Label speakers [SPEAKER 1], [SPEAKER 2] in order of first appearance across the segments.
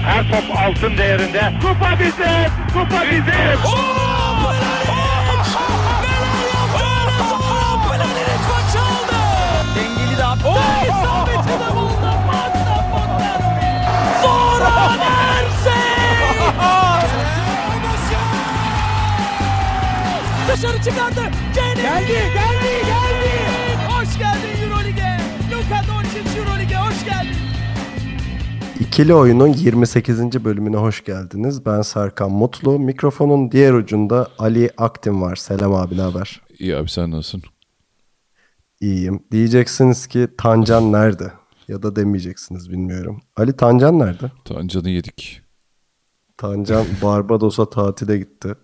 [SPEAKER 1] Her top altın değerinde. Kupa bizim! Kupa bizim!
[SPEAKER 2] maç aldı. Dengeli de attı. İsabetine buldu. Zoran Ersen! Dışarı çıkardı. Geldi. Hoş geldin Euroleague'e. Luka Doncic Euroleague'e hoş geldin.
[SPEAKER 3] İkili Oyun'un 28. bölümüne hoş geldiniz. Ben Serkan Mutlu. Mikrofonun diğer ucunda Ali Aktin var. Selam abi, ne haber?
[SPEAKER 4] İyi abi, sen nasılsın?
[SPEAKER 3] İyiyim. Diyeceksiniz ki Tancan nerede? Ya da demeyeceksiniz, bilmiyorum. Ali, Tancan nerede?
[SPEAKER 4] Tancan'ı yedik.
[SPEAKER 3] Tancan Barbados'a tatile gitti.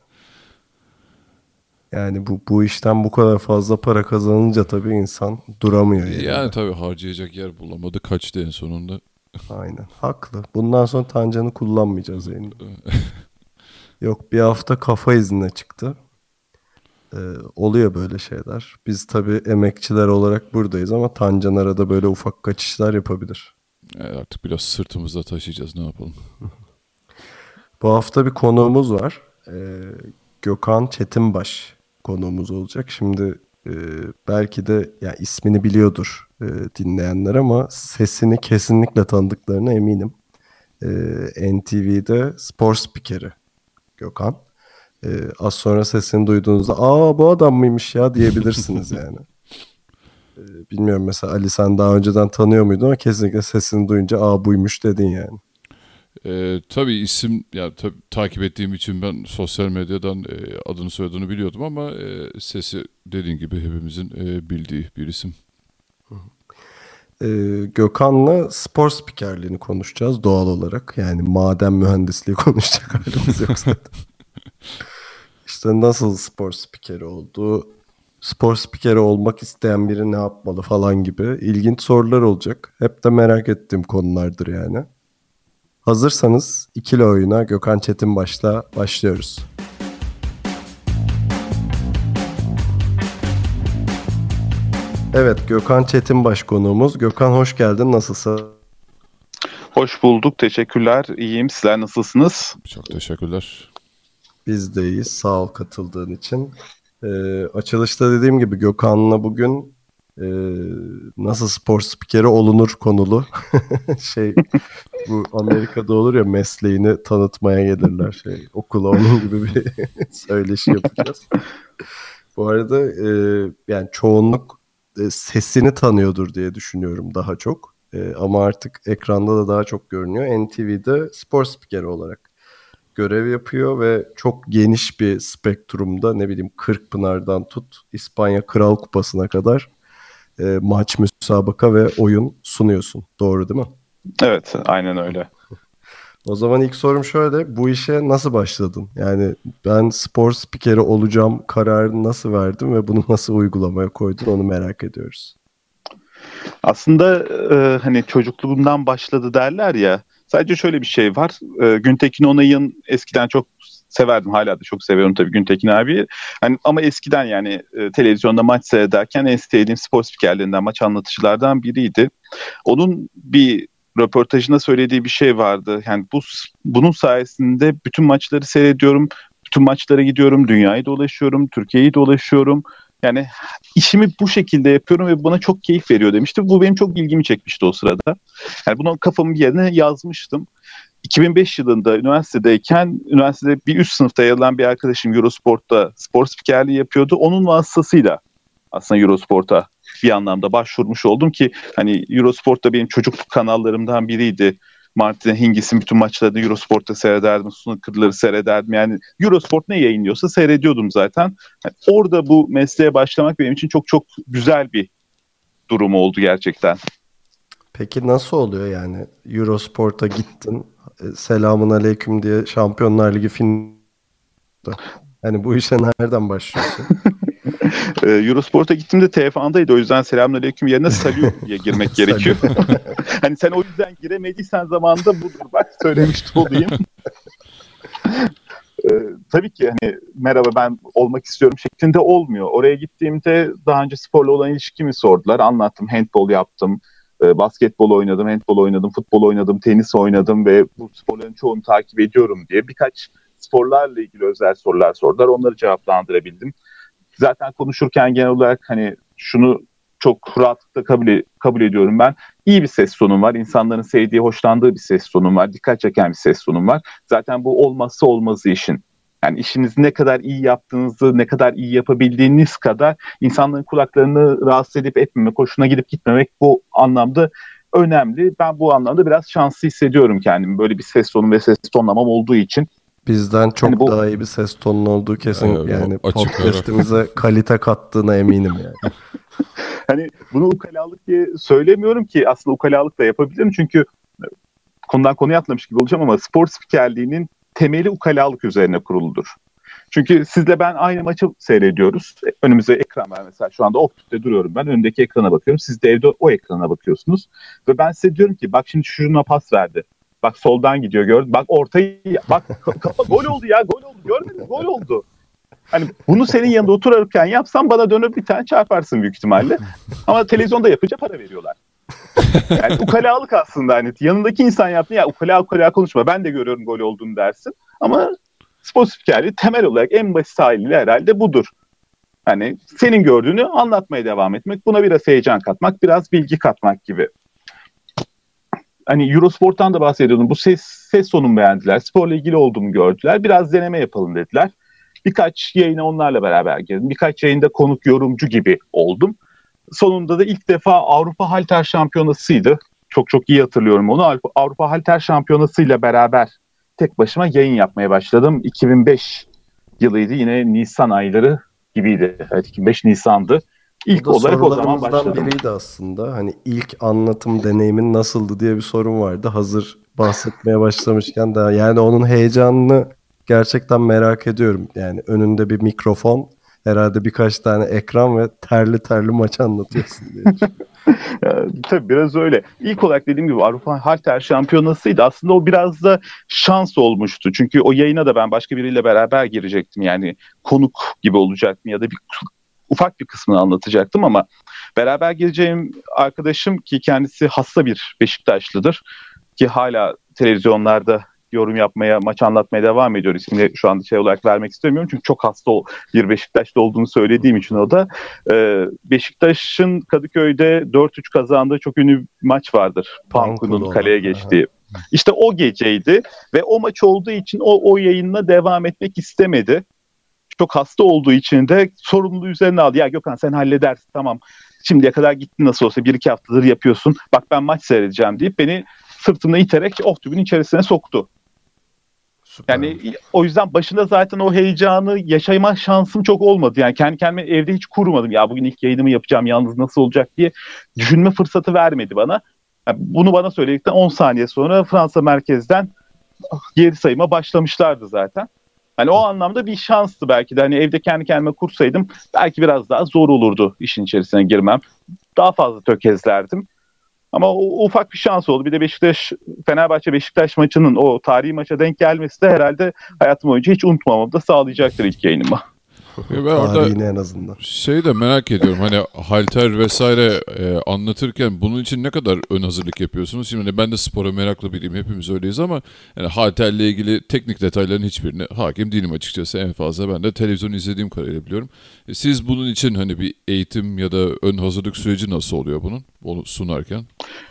[SPEAKER 3] Yani bu işten bu kadar fazla para kazanınca tabii insan duramıyor.
[SPEAKER 4] Yani tabii harcayacak yer bulamadı. Kaçtı en sonunda.
[SPEAKER 3] Aynen. Haklı. Bundan sonra Tancan'ı kullanmayacağız yani. Yok, bir hafta kafa iznine çıktı. Oluyor böyle şeyler. Biz tabii emekçiler olarak buradayız ama Tancan arada böyle ufak kaçışlar yapabilir.
[SPEAKER 4] Yani artık biraz sırtımızda taşıyacağız, ne yapalım.
[SPEAKER 3] Bu hafta bir konuğumuz var. Gökhan Çetinbaş konuğumuz olacak. Şimdi belki de yani ismini biliyordur dinleyenler ama sesini kesinlikle tanıdıklarına eminim. NTV'de spor spikeri Gökhan. Az sonra sesini duyduğunuzda bu adam mıymış ya diyebilirsiniz yani. Bilmiyorum, mesela Ali, sen daha önceden tanıyor muydun ama kesinlikle sesini duyunca buymuş dedin yani.
[SPEAKER 4] Tabii isim, yani takip ettiğim için ben sosyal medyadan adını soyadını biliyordum ama sesi dediğin gibi hepimizin bildiği bir isim.
[SPEAKER 3] Gökhan'la spor spikerliğini konuşacağız doğal olarak. Yani maden mühendisliği konuşacak halimiz yok zaten. İşte nasıl spor spikeri oldu, spor spikeri olmak isteyen biri ne yapmalı falan gibi ilginç sorular olacak. Hep de merak ettiğim konulardır yani. Hazırsanız ikili oyuna Gökhan Çetinbaş'la başlıyoruz. Evet, Gökhan Çetinbaş konuğumuz. Gökhan, hoş geldin. Nasılsın?
[SPEAKER 5] Hoş bulduk. Teşekkürler. İyiyim. Sizler nasılsınız?
[SPEAKER 4] Çok teşekkürler.
[SPEAKER 3] Biz de iyiyiz. Sağ ol katıldığın için. Açılışta dediğim gibi Gökhan'la bugün nasıl spor spikeri olunur konulu bu Amerika'da olur ya, mesleğini tanıtmaya gelirler, okula onun gibi bir söyleşi yapacağız. Bu arada yani çoğunluk sesini tanıyordur diye düşünüyorum daha çok. Ama artık ekranda da daha çok görünüyor. NTV'de spor spikeri olarak görev yapıyor ve çok geniş bir spektrumda, ne bileyim, Kırkpınar'dan tut İspanya Kral Kupası'na kadar maç, müsabaka ve oyun sunuyorsun. Doğru değil mi?
[SPEAKER 5] Evet, aynen öyle.
[SPEAKER 3] O zaman ilk sorum şöyle: bu işe nasıl başladın? Yani ben spor spikeri olacağım kararını nasıl verdin ve bunu nasıl uygulamaya koydun, onu merak ediyoruz.
[SPEAKER 5] Aslında hani çocukluğumdan başladı derler ya. Sadece şöyle bir şey var. Güntekin Onay'ın eskiden çok severdim. Hala da çok seviyorum tabii Güntekin abi. Hani ama eskiden yani televizyonda maç seyrederken en sevdiğim spor spikerlerinden, maç anlatıcılardan biriydi. Onun bir röportajında söylediği bir şey vardı. Yani bunun sayesinde bütün maçları seyrediyorum. Bütün maçlara gidiyorum. Dünyayı dolaşıyorum. Türkiye'yi dolaşıyorum. Yani işimi bu şekilde yapıyorum ve bana çok keyif veriyor demişti. Bu benim çok ilgimi çekmişti o sırada. Yani bunu kafamın bir yerine yazmıştım. 2005 yılında üniversitedeyken, üniversitede bir üst sınıfta yer alan bir arkadaşım Eurosport'ta spor spikerliği yapıyordu. Onun vasıtasıyla aslında Eurosport'a bir anlamda başvurmuş oldum ki hani Eurosport'ta benim çocukluk kanallarımdan biriydi. Martin Hingis'in bütün maçlarını Eurosport'ta seyrederdim. Snooker'ları seyrederdim. Yani Eurosport ne yayınlıyorsa seyrediyordum zaten. Yani orada bu mesleğe başlamak benim için çok çok güzel bir durum oldu gerçekten.
[SPEAKER 3] Peki nasıl oluyor yani? Eurosport'a gittin, selamun aleyküm diye Şampiyonlar Ligi finalde. Yani bu işe nereden başlıyorsun?
[SPEAKER 5] Eurosport'a gittiğimde TFA'ndaydı. O yüzden selamünaleyküm yerine salut diye girmek gerekiyor. Hani sen o yüzden giremediysen zamanında budur. Bak söylemiş olayım. Tabii ki hani merhaba ben olmak istiyorum şeklinde olmuyor. Oraya gittiğimde daha önce sporla olan ilişkimi sordular. Anlattım. Handball yaptım. Basketbol oynadım, handbol oynadım, futbol oynadım, tenis oynadım ve bu sporların çoğunu takip ediyorum diye birkaç sporlarla ilgili özel sorular sordular. Onları cevaplandırabildim. Zaten konuşurken genel olarak hani şunu çok rahatlıkla kabul ediyorum ben. İyi bir ses tonum var. İnsanların sevdiği, hoşlandığı bir ses tonum var. Dikkat çeken bir ses tonum var. Zaten bu olmazsa olmazı işin. Yani işinizi ne kadar iyi yaptığınızı, ne kadar iyi yapabildiğiniz kadar insanların kulaklarını rahatsız edip etmemek, hoşuna gidip gitmemek bu anlamda önemli. Ben bu anlamda biraz şanslı hissediyorum kendimi. Böyle bir ses tonum ve ses tonlamam olduğu için.
[SPEAKER 3] Bizden çok
[SPEAKER 5] hani
[SPEAKER 3] daha iyi bir ses tonun olduğu kesin.
[SPEAKER 4] Evet,
[SPEAKER 3] Yani
[SPEAKER 4] açık
[SPEAKER 3] podcast'imize kalite kattığına eminim yani.
[SPEAKER 5] Hani bunu ukalalık diye söylemiyorum ki, aslında ukalalık da yapabilirim çünkü konudan konuya atlamış gibi olacağım ama spor spikerliğinin temeli ukalalık üzerine kuruludur. Çünkü sizle ben aynı maçı seyrediyoruz. Önümüzde ekran var mesela, şu anda Optük'te duruyorum ben. Önümdeki ekrana bakıyorum. Siz de evde o ekrana bakıyorsunuz. Ve ben size diyorum ki bak şimdi şuna pas verdi. Bak soldan gidiyor, gördün. Bak ortayı, bak kafa gol oldu ya, gol oldu. Görmedin, gol oldu. Hani bunu senin yanında otururken yapsam bana dönüp bir tane çarparsın büyük ihtimalle. Ama televizyonda yapınca para veriyorlar. Yani ukalalık aslında, hani yanındaki insan yaptı ya, ukala konuşma, ben de görüyorum gol olduğunu dersin. Ama spor spikerliği temel olarak en basit haliyle herhalde budur. Hani senin gördüğünü anlatmaya devam etmek, buna biraz heyecan katmak, biraz bilgi katmak gibi. Hani Eurosport'tan da bahsediyordum. Bu ses tonumu beğendiler. Sporla ilgili olduğumu gördüler. Biraz deneme yapalım dediler. Birkaç yayına onlarla beraber girdim. Birkaç yayında konuk yorumcu gibi oldum. Sonunda da ilk defa Avrupa Halter Şampiyonası'ydı. Çok iyi hatırlıyorum onu. Avrupa Halter Şampiyonası'yla beraber tek başıma yayın yapmaya başladım. 2005 yılıydı. Yine Nisan ayları gibiydi. Evet, 2005 Nisan'dı. İlk olarak o zaman başladım.
[SPEAKER 3] Biriydi aslında. Hani ilk anlatım deneyimin nasıldı diye bir sorun vardı. Hazır bahsetmeye başlamışken daha, yani onun heyecanını gerçekten merak ediyorum. Yani önünde bir mikrofon, herhalde birkaç tane ekran ve terli maç anlatıyorsun diye.
[SPEAKER 5] Tabii biraz öyle. İlk olarak dediğim gibi Avrupa Halter Şampiyonası'ydı. Aslında o biraz da şans olmuştu. Çünkü o yayına da ben başka biriyle beraber girecektim. Yani konuk gibi olacaktım ya da ufak bir kısmını anlatacaktım ama beraber gireceğim arkadaşım, ki kendisi hasta bir Beşiktaşlıdır ki hala televizyonlarda yorum yapmaya, maç anlatmaya devam ediyor. İsmini şu anda olarak vermek istemiyorum çünkü çok hasta bir Beşiktaşlı olduğunu söylediğim için o da. Beşiktaş'ın Kadıköy'de 4-3 kazandığı çok ünlü bir maç vardır. Panku'nun kaleye geçtiği. İşte o geceydi ve o maç olduğu için o yayınla devam etmek istemedi. Çok hasta olduğu için de sorumluluğu üzerine aldı. Ya Gökhan sen halledersin, tamam. Şimdiye kadar gittin, nasıl olsa 1-2 haftadır yapıyorsun. Bak ben maç seyredeceğim deyip beni sırtımda iterek Ohtüb'ün içerisine soktu. Süper. Yani o yüzden başında zaten o heyecanı yaşama şansım çok olmadı. Yani kendi kendime evde hiç kurmadım. Ya bugün ilk yayınımı yapacağım, yalnız nasıl olacak diye düşünme fırsatı vermedi bana. Yani bunu bana söyledikten 10 saniye sonra Fransa merkezden geri sayıma başlamışlardı zaten. Hani o anlamda bir şanstı belki de. Hani evde kendi kendime kursaydım belki biraz daha zor olurdu işin içerisine girmem. Daha fazla tökezlerdim. Ama o ufak bir şans oldu. Bir de Fenerbahçe Beşiktaş maçının o tarihi maça denk gelmesi de herhalde hayatım boyunca hiç unutmamamı da sağlayacaktır ilk yayınıma.
[SPEAKER 4] Ben orada
[SPEAKER 3] en azından.
[SPEAKER 4] De merak ediyorum, hani halter vesaire anlatırken bunun için ne kadar ön hazırlık yapıyorsunuz? Şimdi ben de spora meraklı biriyim, hepimiz öyleyiz ama yani halterle ilgili teknik detayların hiçbirine hakim değilim açıkçası. En fazla ben de televizyon izlediğim kadarıyla biliyorum. Siz bunun için hani bir eğitim ya da ön hazırlık süreci nasıl oluyor bunun, onu sunarken?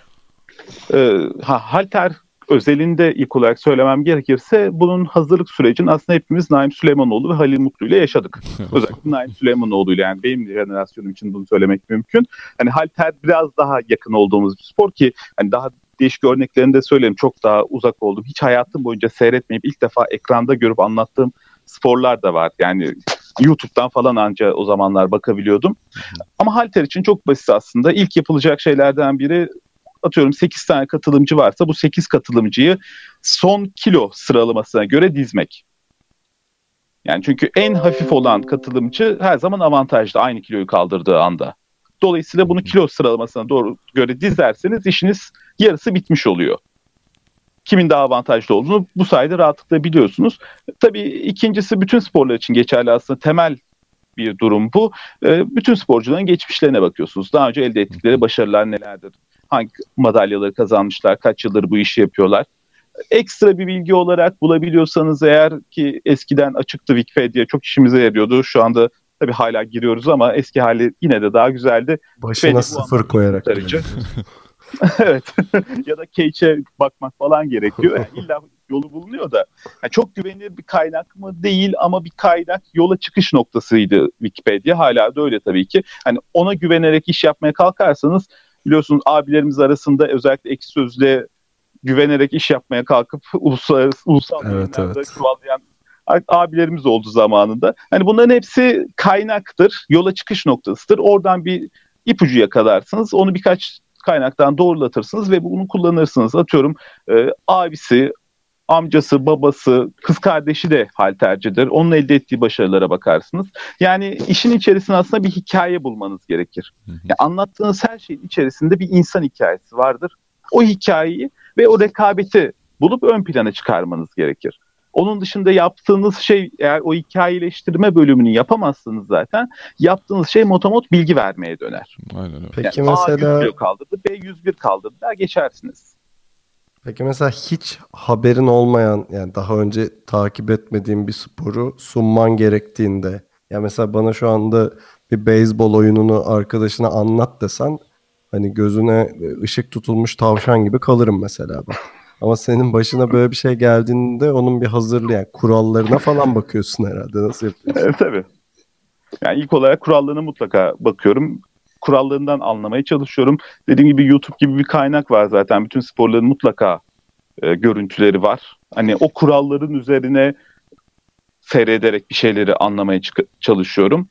[SPEAKER 5] Halter özelinde ilk olarak söylemem gerekirse bunun hazırlık sürecini aslında hepimiz Naim Süleymanoğlu ve Halil Mutlu ile yaşadık. Özellikle Naim Süleymanoğlu ile, yani benim jenerasyonum için bunu söylemek mümkün. Hani halter biraz daha yakın olduğumuz bir spor ki hani daha değişik örneklerini de söyleyeyim, çok daha uzak oldum. Hiç hayatım boyunca seyretmeyip ilk defa ekranda görüp anlattığım sporlar da var. Yani YouTube'dan falan anca o zamanlar bakabiliyordum. Ama halter için çok basit aslında. İlk yapılacak şeylerden biri, atıyorum 8 tane katılımcı varsa bu 8 katılımcıyı son kilo sıralamasına göre dizmek. Yani çünkü en hafif olan katılımcı her zaman avantajlı aynı kiloyu kaldırdığı anda. Dolayısıyla bunu kilo sıralamasına doğru göre dizerseniz işiniz yarısı bitmiş oluyor. Kimin daha avantajlı olduğunu bu sayede rahatlıkla biliyorsunuz. Tabii ikincisi bütün sporlar için geçerli, aslında temel bir durum bu. Bütün sporcuların geçmişlerine bakıyorsunuz. Daha önce elde ettikleri başarılar nelerdir? hangi madalyaları kazanmışlar, kaç yıldır bu işi yapıyorlar. Ekstra bir bilgi olarak bulabiliyorsanız eğer, ki eskiden açıktı Wikipedia, çok işimize yarıyordu. Şu anda tabii hala giriyoruz ama eski hali yine de daha güzeldi.
[SPEAKER 3] Başına sıfır koyarak.
[SPEAKER 5] Evet. Ya da cache'e bakmak falan gerekiyor. Yani illa yolu bulunuyor da. Yani çok güvenilir bir kaynak mı? Değil, ama bir kaynak, yola çıkış noktasıydı Wikipedia. Hala da öyle tabii ki. Hani ona güvenerek iş yapmaya kalkarsanız, biliyorsunuz abilerimiz arasında özellikle Ekşi Sözlüğe güvenerek iş yapmaya kalkıp ulusal yayınlarda çuvallayan abilerimiz oldu zamanında. Hani bunların hepsi kaynaktır, yola çıkış noktasıdır. Oradan bir ipucu yakalarsınız, onu birkaç kaynaktan doğrulatırsınız ve bunu kullanırsınız. Atıyorum abisi, amcası, babası, kız kardeşi de haltercidir. Onun elde ettiği başarılara bakarsınız. Yani işin içerisinde aslında bir hikaye bulmanız gerekir. Yani anlattığınız her şeyin içerisinde bir insan hikayesi vardır. O hikayeyi ve o rekabeti bulup ön plana çıkarmanız gerekir. Onun dışında yaptığınız şey, eğer o hikayeleştirme bölümünü yapamazsınız zaten, yaptığınız şey motomot bilgi vermeye döner.
[SPEAKER 4] Aynen öyle.
[SPEAKER 3] Peki
[SPEAKER 5] yani
[SPEAKER 3] mesela
[SPEAKER 5] A 100 kilo kaldırdı, B 101 kaldırdı der geçersiniz.
[SPEAKER 3] Peki mesela hiç haberin olmayan, yani daha önce takip etmediğin bir sporu sunman gerektiğinde, ya mesela bana şu anda bir beyzbol oyununu arkadaşına anlat desen, hani gözüne ışık tutulmuş tavşan gibi kalırım mesela ben. Ama senin başına böyle bir şey geldiğinde onun bir hazırlığı, yani kurallarına falan bakıyorsun herhalde. Nasıl yapıyorsun?
[SPEAKER 5] Evet, tabii. Yani ilk olarak kurallarına mutlaka bakıyorum. Kurallarından anlamaya çalışıyorum. Dediğim gibi YouTube gibi bir kaynak var zaten. Bütün sporların mutlaka görüntüleri var. Hani o kuralların üzerine seyrederek bir şeyleri anlamaya çalışıyorum.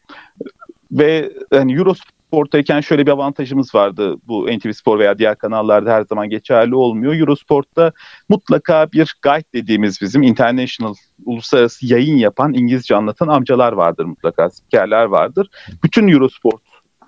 [SPEAKER 5] Ve hani Eurosport'tayken şöyle bir avantajımız vardı. Bu NTV Spor veya diğer kanallarda her zaman geçerli olmuyor. Eurosport'ta mutlaka bir guide dediğimiz, bizim international, uluslararası yayın yapan, İngilizce anlatan amcalar vardır mutlaka. Spikerler vardır. Bütün Eurosport,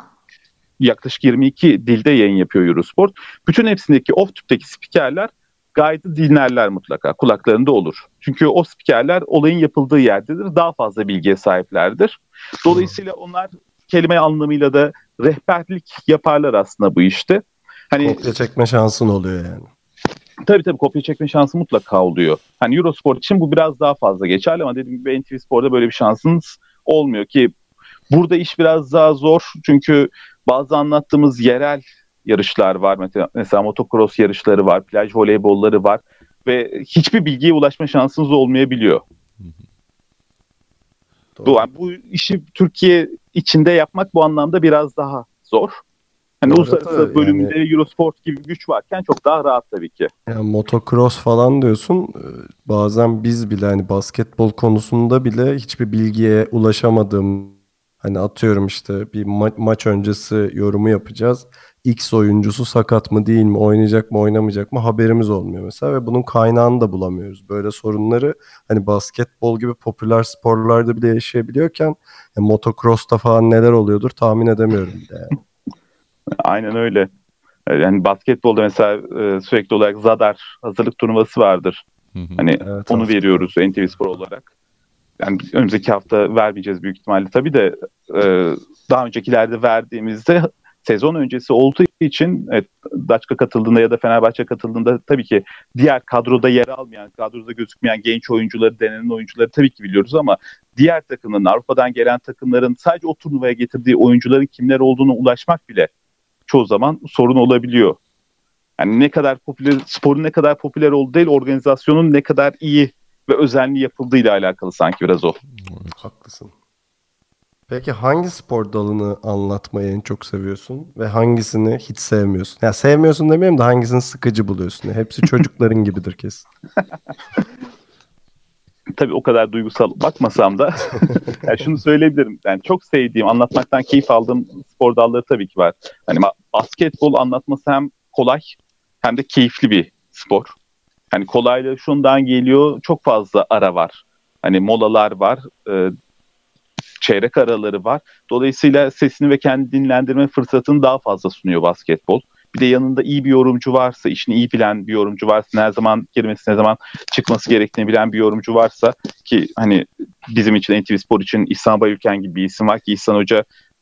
[SPEAKER 5] yaklaşık 22 dilde yayın yapıyor Eurosport. Bütün hepsindeki off-tüpteki spikerler guide'ı dinlerler mutlaka. Kulaklarında olur. Çünkü o spikerler olayın yapıldığı yerdedir. Daha fazla bilgiye sahiplerdir. Dolayısıyla onlar kelime anlamıyla da rehberlik yaparlar aslında bu işte. Hani
[SPEAKER 3] kopya çekme şansın oluyor yani.
[SPEAKER 5] Tabii kopya çekme şansı mutlaka oluyor. Hani Eurosport için bu biraz daha fazla geçerli ama dediğim gibi NTV Spor'da böyle bir şansınız olmuyor ki. Burada iş biraz daha zor çünkü bazı anlattığımız yerel yarışlar var. Mesela motocross yarışları var, plaj voleybolları var ve hiçbir bilgiye ulaşma şansınız olmayabiliyor. Bu işi Türkiye içinde yapmak bu anlamda biraz daha zor. Hani uluslararası bölümünde yani, Eurosport gibi güç varken çok daha rahat tabii ki.
[SPEAKER 3] Yani motocross falan diyorsun. Bazen biz bile hani basketbol konusunda bile hiçbir bilgiye ulaşamadığım, hani atıyorum işte bir maç öncesi yorumu yapacağız. X oyuncusu sakat mı değil mi, oynayacak mı oynamayacak mı haberimiz olmuyor mesela ve bunun kaynağını da bulamıyoruz. Böyle sorunları hani basketbol gibi popüler sporlarda bile yaşayabiliyorken motocross'ta falan neler oluyordur tahmin edemiyorum bile yani.
[SPEAKER 5] Aynen öyle. Yani basketbolda mesela sürekli olarak Zadar hazırlık turnuvası vardır. Hani evet, onu veriyoruz NTV Spor olarak. Yani önümüzdeki hafta vermeyeceğiz büyük ihtimalle tabii de daha öncekilerde verdiğimizde sezon öncesi olduğu için Daçka katıldığında ya da Fenerbahçe katıldığında tabii ki diğer kadroda yer almayan, kadroda gözükmeyen genç oyuncuları, denenen oyuncuları tabii ki biliyoruz ama diğer takımların, Avrupa'dan gelen takımların sadece o turnuvaya getirdiği oyuncuların kimler olduğuna ulaşmak bile çoğu zaman sorun olabiliyor. Yani ne kadar popüler, sporun ne kadar popüler olduğu değil, organizasyonun ne kadar iyi ve özenli yapıldığıyla alakalı sanki biraz o.
[SPEAKER 3] Haklısın. Peki hangi spor dalını anlatmayı en çok seviyorsun ve hangisini hiç sevmiyorsun? Ya sevmiyorsun demeyeyim de hangisini sıkıcı buluyorsun? Hepsi çocukların gibidir kesin.
[SPEAKER 5] Tabii o kadar duygusal bakmasam da yani şunu söyleyebilirim. Yani çok sevdiğim, anlatmaktan keyif aldığım spor dalları tabii ki var. Hani basketbol anlatması hem kolay hem de keyifli bir spor. Hani kolaylığı şundan geliyor, çok fazla ara var. Hani molalar var, çeyrek araları var. Dolayısıyla sesini ve kendi dinlendirme fırsatını daha fazla sunuyor basketbol. Bir de yanında iyi bir yorumcu varsa, işini iyi bilen bir yorumcu varsa, ne zaman girmesi, ne zaman çıkması gerektiğini bilen bir yorumcu varsa, ki hani bizim için, NTV Spor için İhsan Bayülken gibi bir isim var ki İhsan Hoca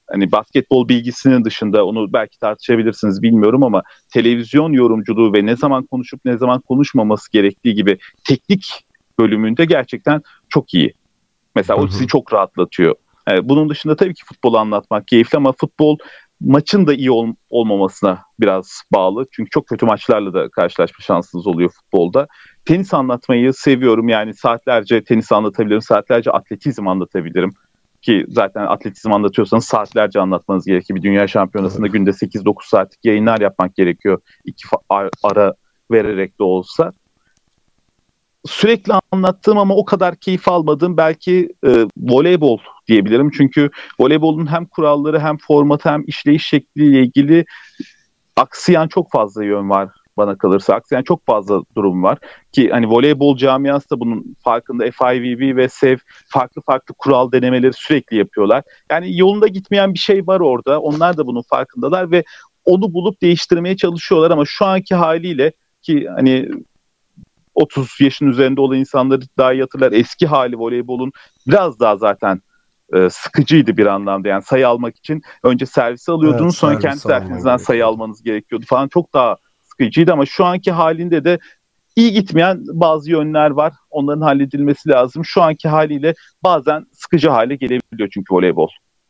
[SPEAKER 5] hani basketbol bilgisinin dışında, onu belki tartışabilirsiniz bilmiyorum ama televizyon yorumculuğu ve ne zaman konuşup ne zaman konuşmaması gerektiği gibi teknik bölümünde gerçekten çok iyi. Mesela o sizi çok rahatlatıyor. Bunun dışında tabii ki futbolu anlatmak keyifli ama futbol maçın da iyi olmamasına biraz bağlı. Çünkü çok kötü maçlarla da karşılaşma şansınız oluyor futbolda. Tenis anlatmayı seviyorum. Yani saatlerce tenis anlatabilirim, saatlerce atletizm anlatabilirim. Ki zaten atletizm anlatıyorsanız saatlerce anlatmanız gerekiyor. Bir dünya şampiyonasında günde 8-9 saatlik yayınlar yapmak gerekiyor. İki ara vererek de olsa. Sürekli anlattığım ama o kadar keyif almadığım belki voleybol diyebilirim. Çünkü voleybolun hem kuralları hem formatı hem işleyiş şekliyle ilgili aksayan çok fazla yön var bana kalırsa. Aksayan çok fazla durum var. Ki hani voleybol camiası da bunun farkında. FIVB ve SEV farklı farklı kural denemeleri sürekli yapıyorlar. Yani yolunda gitmeyen bir şey var orada. Onlar da bunun farkındalar ve onu bulup değiştirmeye çalışıyorlar ama şu anki haliyle, ki hani 30 yaşın üzerinde olan insanları daha iyi hatırlar. Eski hali voleybolun biraz daha zaten sıkıcıydı bir anlamda. Yani sayı almak için önce servisi alıyordunuz, evet, sonra kendi servisinizden sayı almanız gerekiyordu falan. Çok daha sıkıcıydı ama şu anki halinde de iyi gitmeyen bazı yönler var. Onların halledilmesi lazım. Şu anki haliyle bazen sıkıcı hale gelebiliyor çünkü voleybol.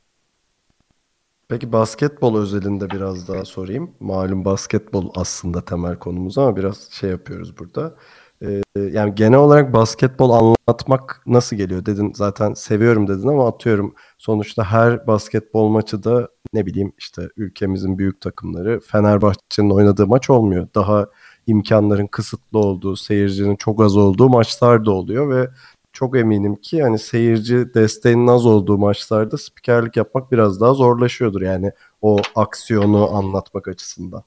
[SPEAKER 3] Peki basketbol özelinde biraz daha sorayım. Malum basketbol aslında temel konumuz ama biraz şey yapıyoruz burada. Yani genel olarak basketbol anlatmak nasıl geliyor dedin, zaten seviyorum dedin ama atıyorum sonuçta her basketbol maçı da ne bileyim işte ülkemizin büyük takımları, Fenerbahçe'nin oynadığı maç olmuyor. Daha imkanların kısıtlı olduğu, seyircinin çok az olduğu maçlar da oluyor ve çok eminim ki hani seyirci desteğinin az olduğu maçlarda spikerlik yapmak biraz daha zorlaşıyordur yani o aksiyonu anlatmak açısından.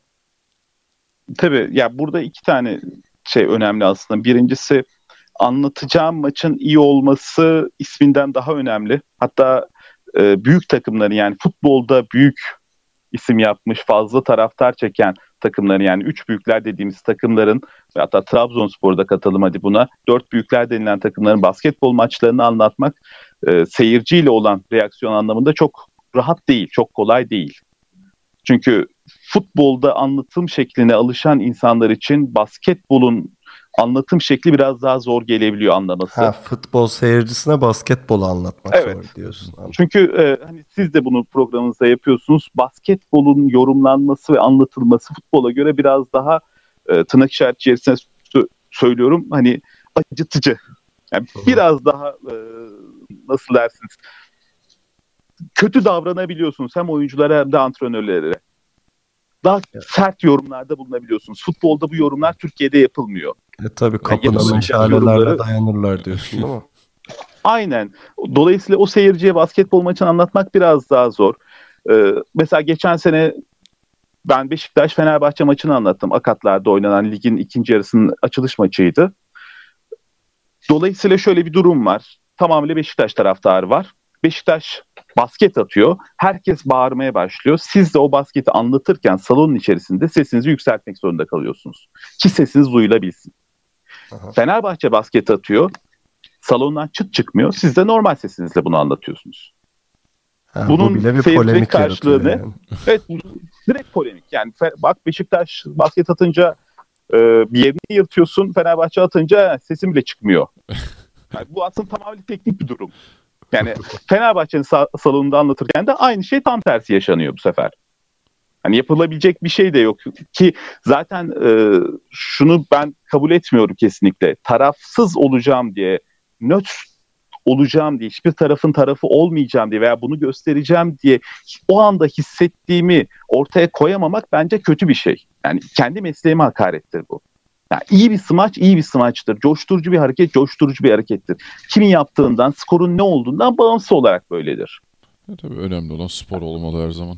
[SPEAKER 5] Tabii ya, burada iki tane şey önemli aslında. Birincisi, anlatacağım maçın iyi olması isminden daha önemli. Hatta büyük takımların, yani futbolda büyük isim yapmış, fazla taraftar çeken takımların, yani 3 büyükler dediğimiz takımların, hatta Trabzonspor'da katalım hadi buna, 4 büyükler denilen takımların basketbol maçlarını anlatmak seyirciyle olan reaksiyon anlamında çok rahat değil, çok kolay değil. Çünkü futbolda anlatım şekline alışan insanlar için basketbolun anlatım şekli biraz daha zor gelebiliyor anlaması.
[SPEAKER 3] Futbol seyircisine basketbolu anlatmak zor diyorsun.
[SPEAKER 5] Çünkü hani siz de bunu programınızda yapıyorsunuz. Basketbolun yorumlanması ve anlatılması futbola göre biraz daha tırnak işareti içerisinde söylüyorum, hani acıtıcı. Yani biraz daha nasıl dersiniz, kötü davranabiliyorsunuz hem oyunculara hem de antrenörlere. Daha sert yorumlarda bulunabiliyorsunuz. Futbolda bu yorumlar Türkiye'de yapılmıyor.
[SPEAKER 3] Tabii kapının meşalelerle dayanırlar diyorsun değil mi?
[SPEAKER 5] Aynen. Dolayısıyla o seyirciye basketbol maçını anlatmak biraz daha zor. Mesela geçen sene ben Beşiktaş-Fenerbahçe maçını anlattım. Akatlar'da oynanan ligin ikinci yarısının açılış maçıydı. Dolayısıyla şöyle bir durum var. Tamamıyla Beşiktaş taraftarı var. Beşiktaş basket atıyor. Herkes bağırmaya başlıyor. Siz de o basketi anlatırken salonun içerisinde sesinizi yükseltmek zorunda kalıyorsunuz. Ki sesiniz duyulabilsin. Aha. Fenerbahçe basket atıyor. Salondan çıt çıkmıyor. Siz de normal sesinizle bunu anlatıyorsunuz. Bunun
[SPEAKER 3] bile bir polemik
[SPEAKER 5] karşılığı ne? Yani. Evet, direkt polemik. Yani bak, Beşiktaş basket atınca bir yerini yırtıyorsun. Fenerbahçe atınca sesin bile çıkmıyor. Yani bu aslında tamamen teknik bir durum. Yani Fenerbahçe'nin salonunda anlatırken de aynı şey tam tersi yaşanıyor bu sefer. Hani yapılabilecek bir şey de yok ki zaten şunu ben kabul etmiyorum kesinlikle. Tarafsız olacağım diye, nötr olacağım diye, hiçbir tarafın tarafı olmayacağım diye veya bunu göstereceğim diye o anda hissettiğimi ortaya koyamamak bence kötü bir şey. Yani kendi mesleğime hakarettir bu. Yani iyi bir smaç iyi bir smaçtır. Coşturucu bir hareket coşturucu bir harekettir. Kimin yaptığından, skorun ne olduğundan bağımsız olarak böyledir.
[SPEAKER 4] Tabii önemli olan spor olmalı her zaman.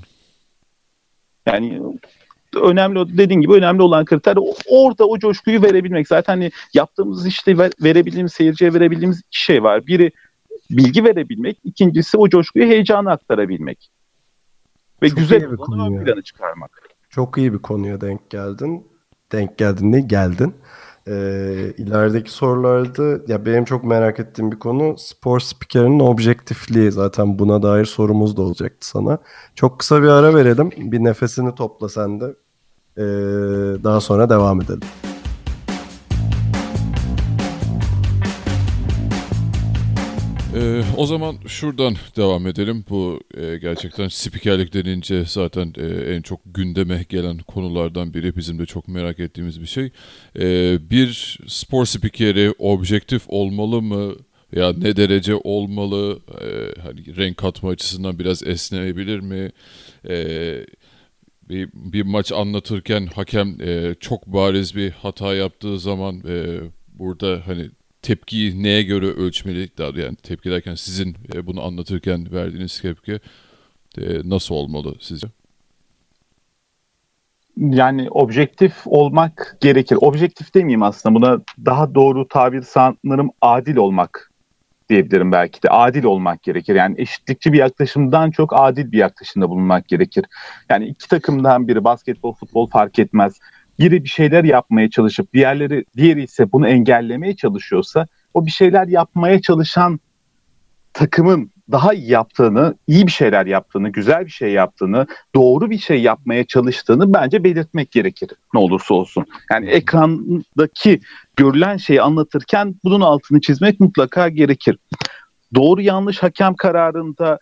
[SPEAKER 5] Yani önemli, dediğin gibi önemli olan kriter orada o coşkuyu verebilmek. Zaten hani yaptığımız işte verebildiğimiz, seyirciye verebildiğimiz iki şey var. Biri bilgi verebilmek, ikincisi o coşkuyu, heyecanı aktarabilmek. Ve çok güzel olanı ön plana çıkarmak.
[SPEAKER 3] Çok iyi bir konuya denk geldin. Denk geldin. ilerideki sorularda ya benim çok merak ettiğim bir konu spor spikerinin objektifliği. Zaten buna dair sorumuz da olacaktı sana. Çok kısa bir ara verelim. Bir nefesini topla sen de. Daha sonra devam edelim.
[SPEAKER 4] O zaman şuradan devam edelim. Bu gerçekten spikerlik denince zaten en çok gündeme gelen konulardan biri. Bizim de çok merak ettiğimiz bir şey. Bir spor spikeri objektif olmalı mı? Ya ne derece olmalı? Hani renk katma açısından biraz esneyebilir mi? Bir maç anlatırken hakem çok bariz bir hata yaptığı zaman burada hani tepkiyi neye göre ölçmeli? Yani tepki derken sizin bunu anlatırken verdiğiniz tepki nasıl olmalı sizce?
[SPEAKER 5] Yani objektif olmak gerekir. Objektif demeyeyim aslında. Buna daha doğru tabir sanırım adil olmak diyebilirim belki de. Adil olmak gerekir. Yani eşitlikçi bir yaklaşımdan çok adil bir yaklaşımda bulunmak gerekir. Yani iki takımdan biri basketbol, futbol fark etmez. Biri bir şeyler yapmaya çalışıp diğeri ise bunu engellemeye çalışıyorsa o bir şeyler yapmaya çalışan takımın daha iyi yaptığını, iyi bir şeyler yaptığını, güzel bir şey yaptığını, doğru bir şey yapmaya çalıştığını bence belirtmek gerekir ne olursa olsun. Yani ekrandaki görülen şeyi anlatırken bunun altını çizmek mutlaka gerekir. Doğru yanlış hakem kararında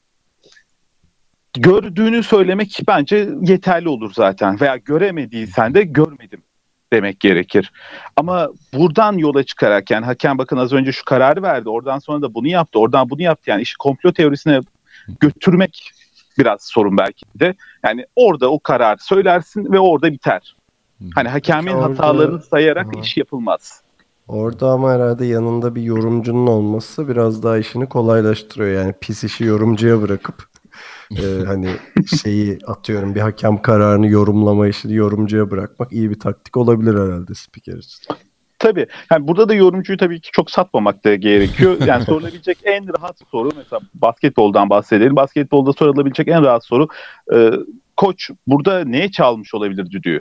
[SPEAKER 5] gördüğünü söylemek bence yeterli olur zaten. Veya göremediysen de görmedim demek gerekir. Ama buradan yola çıkarak yani hakem bakın az önce şu kararı verdi. Oradan sonra da bunu yaptı. Oradan bunu yaptı. Yani işi komplo teorisine götürmek biraz sorun belki de. Yani orada o kararı söylersin ve orada biter. Hani hakemin hatalarını sayarak iş yapılmaz.
[SPEAKER 3] Orada ama herhalde yanında bir yorumcunun olması biraz daha işini kolaylaştırıyor. Yani pis işi yorumcuya bırakıp hani şeyi atıyorum bir hakem kararını yorumlama işini yorumcuya bırakmak iyi bir taktik olabilir herhalde spiker için.
[SPEAKER 5] Tabii. Yani burada da yorumcuyu tabii ki çok satmamak da gerekiyor. Yani sorulabilecek en rahat soru mesela basketboldan bahsedelim. Basketbolda sorulabilecek en rahat soru koç burada neye çalmış olabilir düdüğü?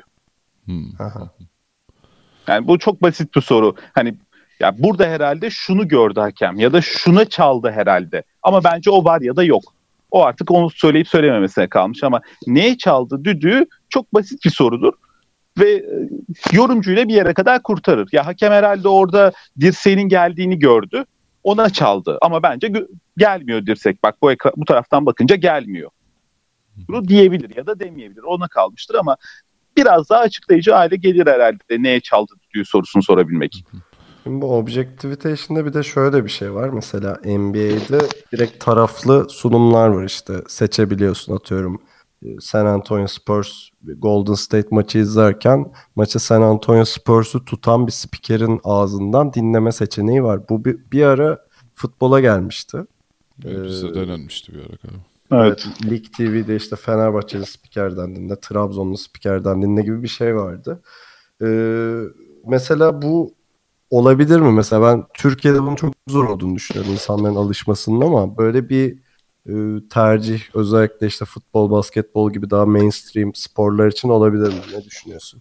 [SPEAKER 5] Yani bu çok basit bir soru. Hani ya burada herhalde şunu gördü hakem ya da şuna çaldı herhalde. Ama bence o var ya da yok. O artık onu söyleyip söylememesine kalmış ama neye çaldı düdüğü çok basit bir sorudur. Ve yorumcuyla bir yere kadar kurtarır. Ya hakem herhalde orada dirseğinin geldiğini gördü. Ona çaldı. Ama bence gelmiyor dirsek. Bak bu taraftan bakınca gelmiyor. Bunu diyebilir ya da demeyebilir. Ona kalmıştır ama biraz daha açıklayıcı hale gelir herhalde neye çaldı düdüğü sorusunu sorabilmek.
[SPEAKER 3] Şimdi bu objektivite işinde bir de şöyle bir şey var. Mesela NBA'de direkt taraflı sunumlar var işte. Seçebiliyorsun atıyorum. San Antonio Spurs Golden State maçı izlerken maçı San Antonio Spurs'u tutan bir spikerin ağzından dinleme seçeneği var. Bu bir ara futbola gelmişti.
[SPEAKER 4] Bizde denenmişti bir ara galiba.
[SPEAKER 3] Evet. Lig TV'de işte Fenerbahçeli spikerden dinle, Trabzonlu spikerden dinle gibi bir şey vardı. Mesela bu olabilir mi? Mesela ben Türkiye'de bunun çok zor olduğunu düşünüyorum insanların alışmasının ama böyle bir tercih özellikle işte futbol, basketbol gibi daha mainstream sporlar için olabilir mi? Ne düşünüyorsun?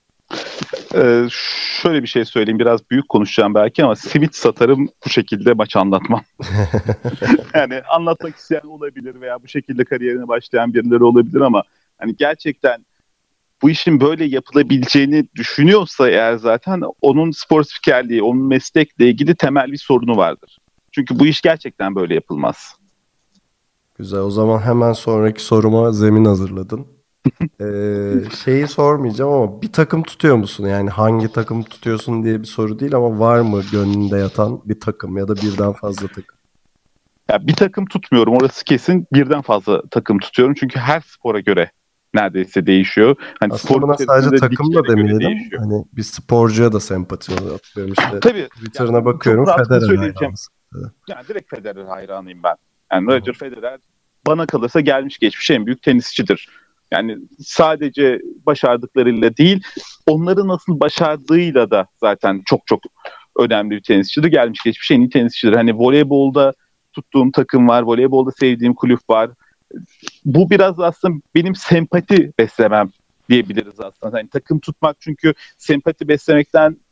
[SPEAKER 5] Şöyle bir şey söyleyeyim. Biraz büyük konuşacağım belki ama simit satarım bu şekilde maç anlatmam. Yani anlatmak isteyen olabilir veya bu şekilde kariyerine başlayan birileri olabilir ama hani gerçekten bu işin böyle yapılabileceğini düşünüyorsa eğer zaten onun spor spikerliği, onun meslekle ilgili temel bir sorunu vardır. Çünkü bu iş gerçekten böyle yapılmaz.
[SPEAKER 3] Güzel. O zaman hemen sonraki soruma zemin hazırladın. Şeyi sormayacağım ama bir takım tutuyor musun? Yani hangi takım tutuyorsun diye bir soru değil ama var mı gönlünde yatan bir takım ya da birden fazla takım?
[SPEAKER 5] Ya bir takım tutmuyorum. Orası kesin. Birden fazla takım tutuyorum. Çünkü her spora göre neredeyse değişiyor. Hani
[SPEAKER 3] aslında buna sadece takım da demeyelim. Hani bir sporcuya da sempati atıyorum işte.
[SPEAKER 5] Tabii.
[SPEAKER 3] Twitter'ına bakıyorum. Federer hayranısın.
[SPEAKER 5] Yani direkt Federer hayranıyım ben. Yani Roger Federer bana kalırsa gelmiş geçmiş en büyük tenisçidir. Yani sadece başardıklarıyla değil, onları nasıl başardığıyla da zaten çok çok önemli bir tenisçidir. Gelmiş geçmiş en iyi tenisçidir. Hani voleybolda tuttuğum takım var, voleybolda sevdiğim kulüp var. Bu biraz aslında benim sempati beslemem diyebiliriz aslında. Yani takım tutmak çünkü sempati beslemekten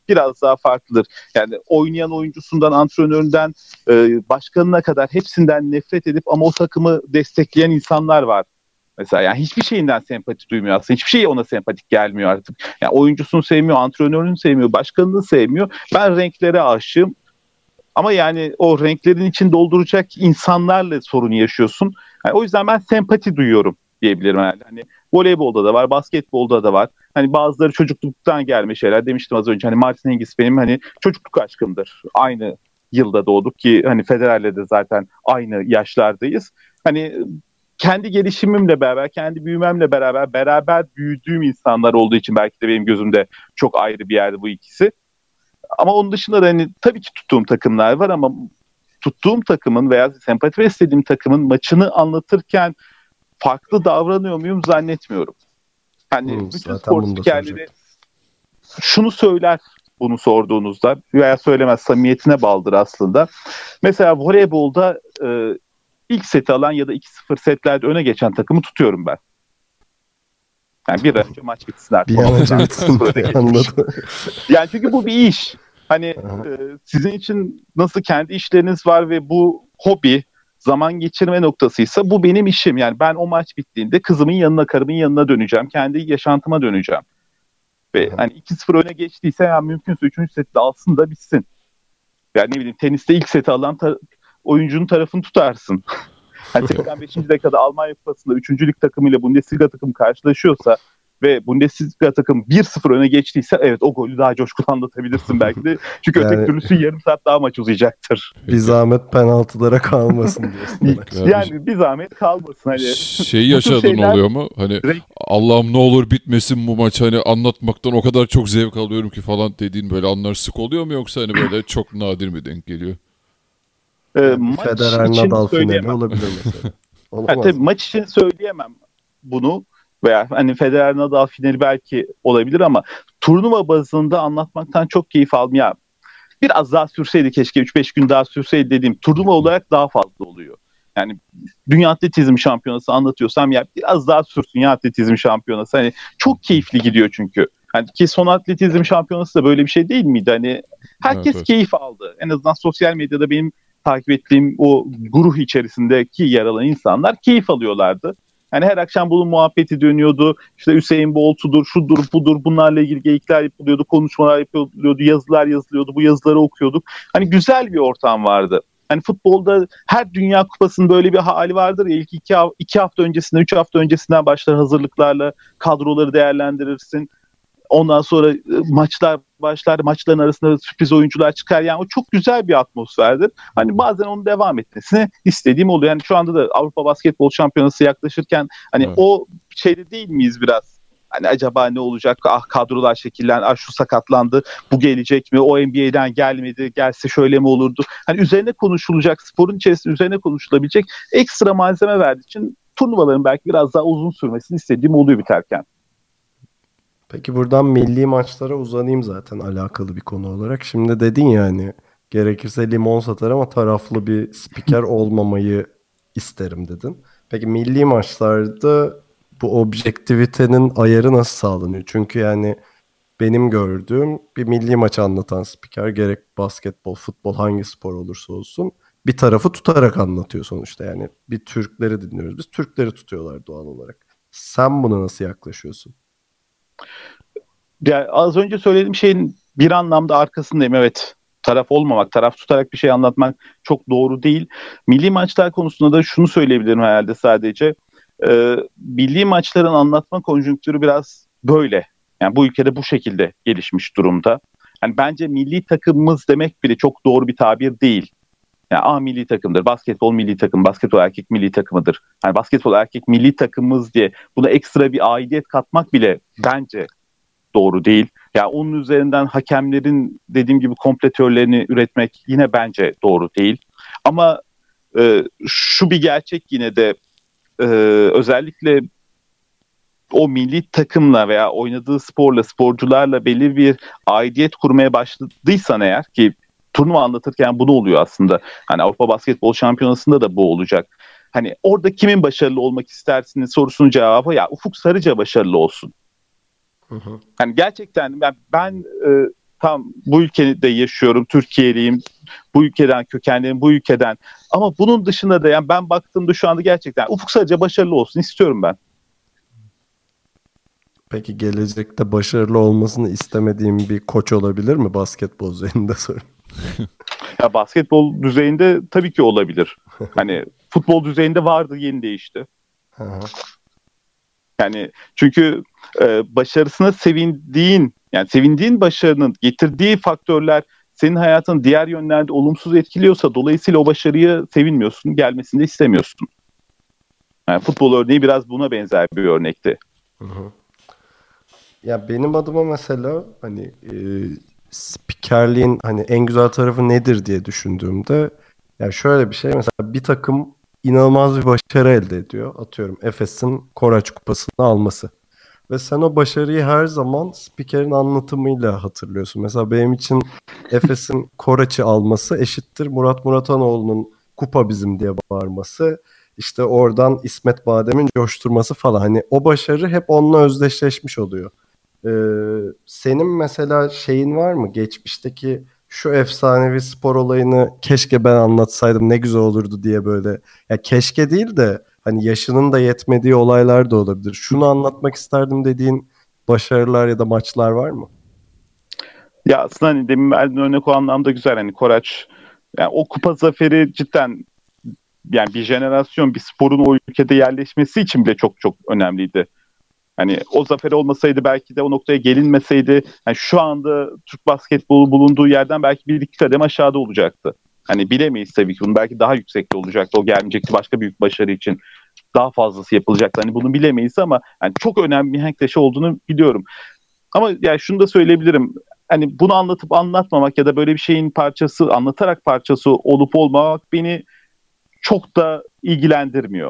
[SPEAKER 5] biraz daha farklıdır. Yani oynayan oyuncusundan, antrenöründen, başkanına kadar hepsinden nefret edip ama o takımı destekleyen insanlar var. Mesela yani hiçbir şeyinden sempati duymuyor aslında. Hiçbir şey ona sempatik gelmiyor artık. Yani oyuncusunu sevmiyor, antrenörünü sevmiyor, başkanını sevmiyor. Ben renklere aşığım. Ama yani o renklerin için dolduracak insanlarla sorun yaşıyorsun. Yani o yüzden ben sempati duyuyorum diyebilirim herhalde. Hani voleybolda da var, basketbolda da var. Hani bazıları çocukluktan gelme şeyler. Demiştim az önce, hani Martin Hingis benim hani çocukluk aşkımdır. Aynı yılda doğduk ki hani Federer'le de zaten aynı yaşlardayız. Hani kendi gelişimimle beraber, kendi büyümemle beraber büyüdüğüm insanlar olduğu için belki de benim gözümde çok ayrı bir yerde bu ikisi. Ama onun dışında da hani tabii ki tuttuğum takımlar var ama tuttuğum takımın veya sempati beslediğim takımın maçını anlatırken farklı davranıyor muyum zannetmiyorum. Hani bütün spor spikerleri şunu söyler bunu sorduğunuzda veya söylemez, samimiyetine bağlıdır aslında. Mesela voleybolda ilk seti alan ya da 2-0 setlerde öne geçen takımı tutuyorum ben. Yani bir an önce maç bitsin artık.
[SPEAKER 3] Bir an önce bitsin. Anladım.
[SPEAKER 5] Yani çünkü bu bir iş. Hani sizin için nasıl kendi işleriniz var ve bu hobi, zaman geçirme noktasıysa bu benim işim. Yani ben o maç bittiğinde kızımın yanına, karımın yanına döneceğim. Kendi yaşantıma döneceğim. Ve hani 2-0 öne geçtiyse yani mümkünse 3. seti alsın da bitsin. Yani ne bileyim, teniste ilk seti alan oyuncunun tarafını tutarsın. Hani 85. dakikada Almanya Kupası'nda 3. lig takımıyla Bundesliga takımı karşılaşıyorsa ve Bundesliga takım 1-0 öne geçtiyse evet, o golü daha coşkulu anlatabilirsin belki de. Çünkü yani, öteki türlüsü yarım saat daha maç uzayacaktır.
[SPEAKER 3] Bir zahmet penaltılara kalmasın diyorsun.
[SPEAKER 5] Yani bir zahmet kalmasın. Hani
[SPEAKER 4] şey yaşadığın oluyor mu? Hani Allah'ım ne olur bitmesin bu maç, hani anlatmaktan o kadar çok zevk alıyorum ki falan dediğin böyle anlar sık oluyor mu, yoksa hani böyle çok nadir mi denk geliyor?
[SPEAKER 3] Federer Nadal finali olabilir mesela.
[SPEAKER 5] Yani tabii maç için söyleyemem bunu. Veya hani Federer Nadal finali belki olabilir ama turnuva bazında anlatmaktan çok keyif aldım. Ya biraz daha sürseydi keşke, 3-5 gün daha sürseydi dediğim, turnuva olarak daha fazla oluyor. Yani Dünya Atletizm Şampiyonası anlatıyorsam ya biraz daha sürsün ya atletizm şampiyonası. Hani çok keyifli gidiyor çünkü. Hani ki son atletizm şampiyonası da böyle bir şey değil miydi? Hani herkes evet. Keyif aldı. En azından sosyal medyada benim takip ettiğim o grup içerisindeki yer alan insanlar keyif alıyorlardı. Yani her akşam bunun muhabbeti dönüyordu. İşte Hüseyin Bolt'udur, şudur, budur, bunlarla ilgili geyikler yapılıyordu, konuşmalar yapılıyordu, yazılar yazılıyordu, bu yazıları okuyorduk. Hani güzel bir ortam vardı. Hani futbolda her Dünya Kupası'nın böyle bir hali vardır ya, ilk iki hafta öncesinden, 3 hafta öncesinden başlar hazırlıklarla, kadroları değerlendirirsin. Ondan sonra maçlar başlar, maçların arasında sürpriz oyuncular çıkar. Yani o çok güzel bir atmosferdir. Hani bazen onun devam etmesini istediğim oluyor. Yani şu anda da Avrupa Basketbol Şampiyonası yaklaşırken hani evet. O şeyde değil miyiz biraz? Hani acaba ne olacak? Kadrolar şekillendi, şu sakatlandı, bu gelecek mi? O NBA'den gelmedi, gelse şöyle mi olurdu? Hani üzerine konuşulacak, sporun içerisinde üzerine konuşulabilecek ekstra malzeme verdiği için turnuvaların belki biraz daha uzun sürmesini istediğim oluyor biterken.
[SPEAKER 3] Peki buradan milli maçlara uzanayım zaten alakalı bir konu olarak. Şimdi dedin ya hani gerekirse limon satar ama taraflı bir spiker olmamayı isterim dedin. Peki milli maçlarda bu objektivitenin ayarı nasıl sağlanıyor? Çünkü yani benim gördüğüm bir milli maçı anlatan spiker, gerek basketbol, futbol, hangi spor olursa olsun bir tarafı tutarak anlatıyor sonuçta. Yani bir Türkleri dinliyoruz. Biz Türkleri tutuyorlar doğal olarak. Sen buna nasıl yaklaşıyorsun?
[SPEAKER 5] Ya az önce söylediğim şeyin bir anlamda arkasındayım. Evet, taraf olmamak, taraf tutarak bir şey anlatmak çok doğru değil. Milli maçlar konusunda da şunu söyleyebilirim herhalde sadece. Milli maçların anlatma konjonktürü biraz böyle. Yani bu ülkede bu şekilde gelişmiş durumda. Yani bence milli takımımız demek bile çok doğru bir tabir değil. Yani milli takımdır, basketbol milli takım, basketbol erkek milli takımıdır. Yani basketbol erkek milli takımımız diye buna ekstra bir aidiyet katmak bile bence doğru değil. Yani onun üzerinden hakemlerin dediğim gibi komple teorilerini üretmek yine bence doğru değil. Ama şu bir gerçek yine de özellikle o milli takımla veya oynadığı sporla, sporcularla belli bir aidiyet kurmaya başladıysan eğer, ki turnuva anlatırken bu da oluyor aslında. Hani Avrupa Basketbol Şampiyonası'nda da bu olacak. Hani orada kimin başarılı olmak istersiniz sorusunun cevabı ya Ufuk Sarıca başarılı olsun. Hani gerçekten ben tam bu ülkede yaşıyorum, Türkiye'liyim, bu ülkeden kökenliyim, bu ülkeden. Ama bunun dışında da yani ben baktığımda şu anda gerçekten Ufuk Sarıca başarılı olsun istiyorum ben.
[SPEAKER 3] Peki gelecekte başarılı olmasını istemediğim bir koç olabilir mi basketbol üzerinde sorun?
[SPEAKER 5] Ya basketbol düzeyinde tabii ki olabilir. Hani futbol düzeyinde vardı, yeni değişti. Yani çünkü başarısına sevindiğin başarının getirdiği faktörler senin hayatın diğer yönlerde olumsuz etkiliyorsa dolayısıyla o başarıya sevinmiyorsun, gelmesini de istemiyorsun. Yani futbol örneği biraz buna benzer bir örnekti.
[SPEAKER 3] Ya benim adıma mesela hani spikerliğin hani en güzel tarafı nedir diye düşündüğümde ya şöyle bir şey, mesela bir takım inanılmaz bir başarı elde ediyor. Atıyorum Efes'in Koraç Kupası'nı alması. Ve sen o başarıyı her zaman spikerin anlatımıyla hatırlıyorsun. Mesela benim için Efes'in Koraç'ı alması eşittir Murat Muratanoğlu'nun kupa bizim diye bağırması. İşte oradan İsmet Badem'in coşturması falan. Hani o başarı hep onunla özdeşleşmiş oluyor. Senin mesela şeyin var mı? Geçmişteki şu efsanevi spor olayını keşke ben anlatsaydım ne güzel olurdu diye böyle. Ya keşke değil de hani yaşının da yetmediği olaylar da olabilir. Şunu anlatmak isterdim dediğin başarılar ya da maçlar var mı?
[SPEAKER 5] Ya aslında hani demin verdiğin örnek o anlamda güzel. Hani Koraç, yani o kupa zaferi cidden yani bir jenerasyon, bir sporun o ülkede yerleşmesi için bile çok çok önemliydi. Hani o zafer olmasaydı, belki de o noktaya gelinmeseydi, yani şu anda Türk basketbolu bulunduğu yerden belki bir iki kadem aşağıda olacaktı. Hani bilemeyiz tabii ki bunu, belki daha yüksekte olacaktı, o gelmeyecekti başka büyük başarı için. Daha fazlası yapılacaktı. Hani bunu bilemeyiz ama yani çok önemli bir mihenk taşı olduğunu biliyorum. Ama yani şunu da söyleyebilirim. Hani bunu anlatıp anlatmamak ya da böyle bir şeyin parçası, anlatarak parçası olup olmamak beni çok da ilgilendirmiyor.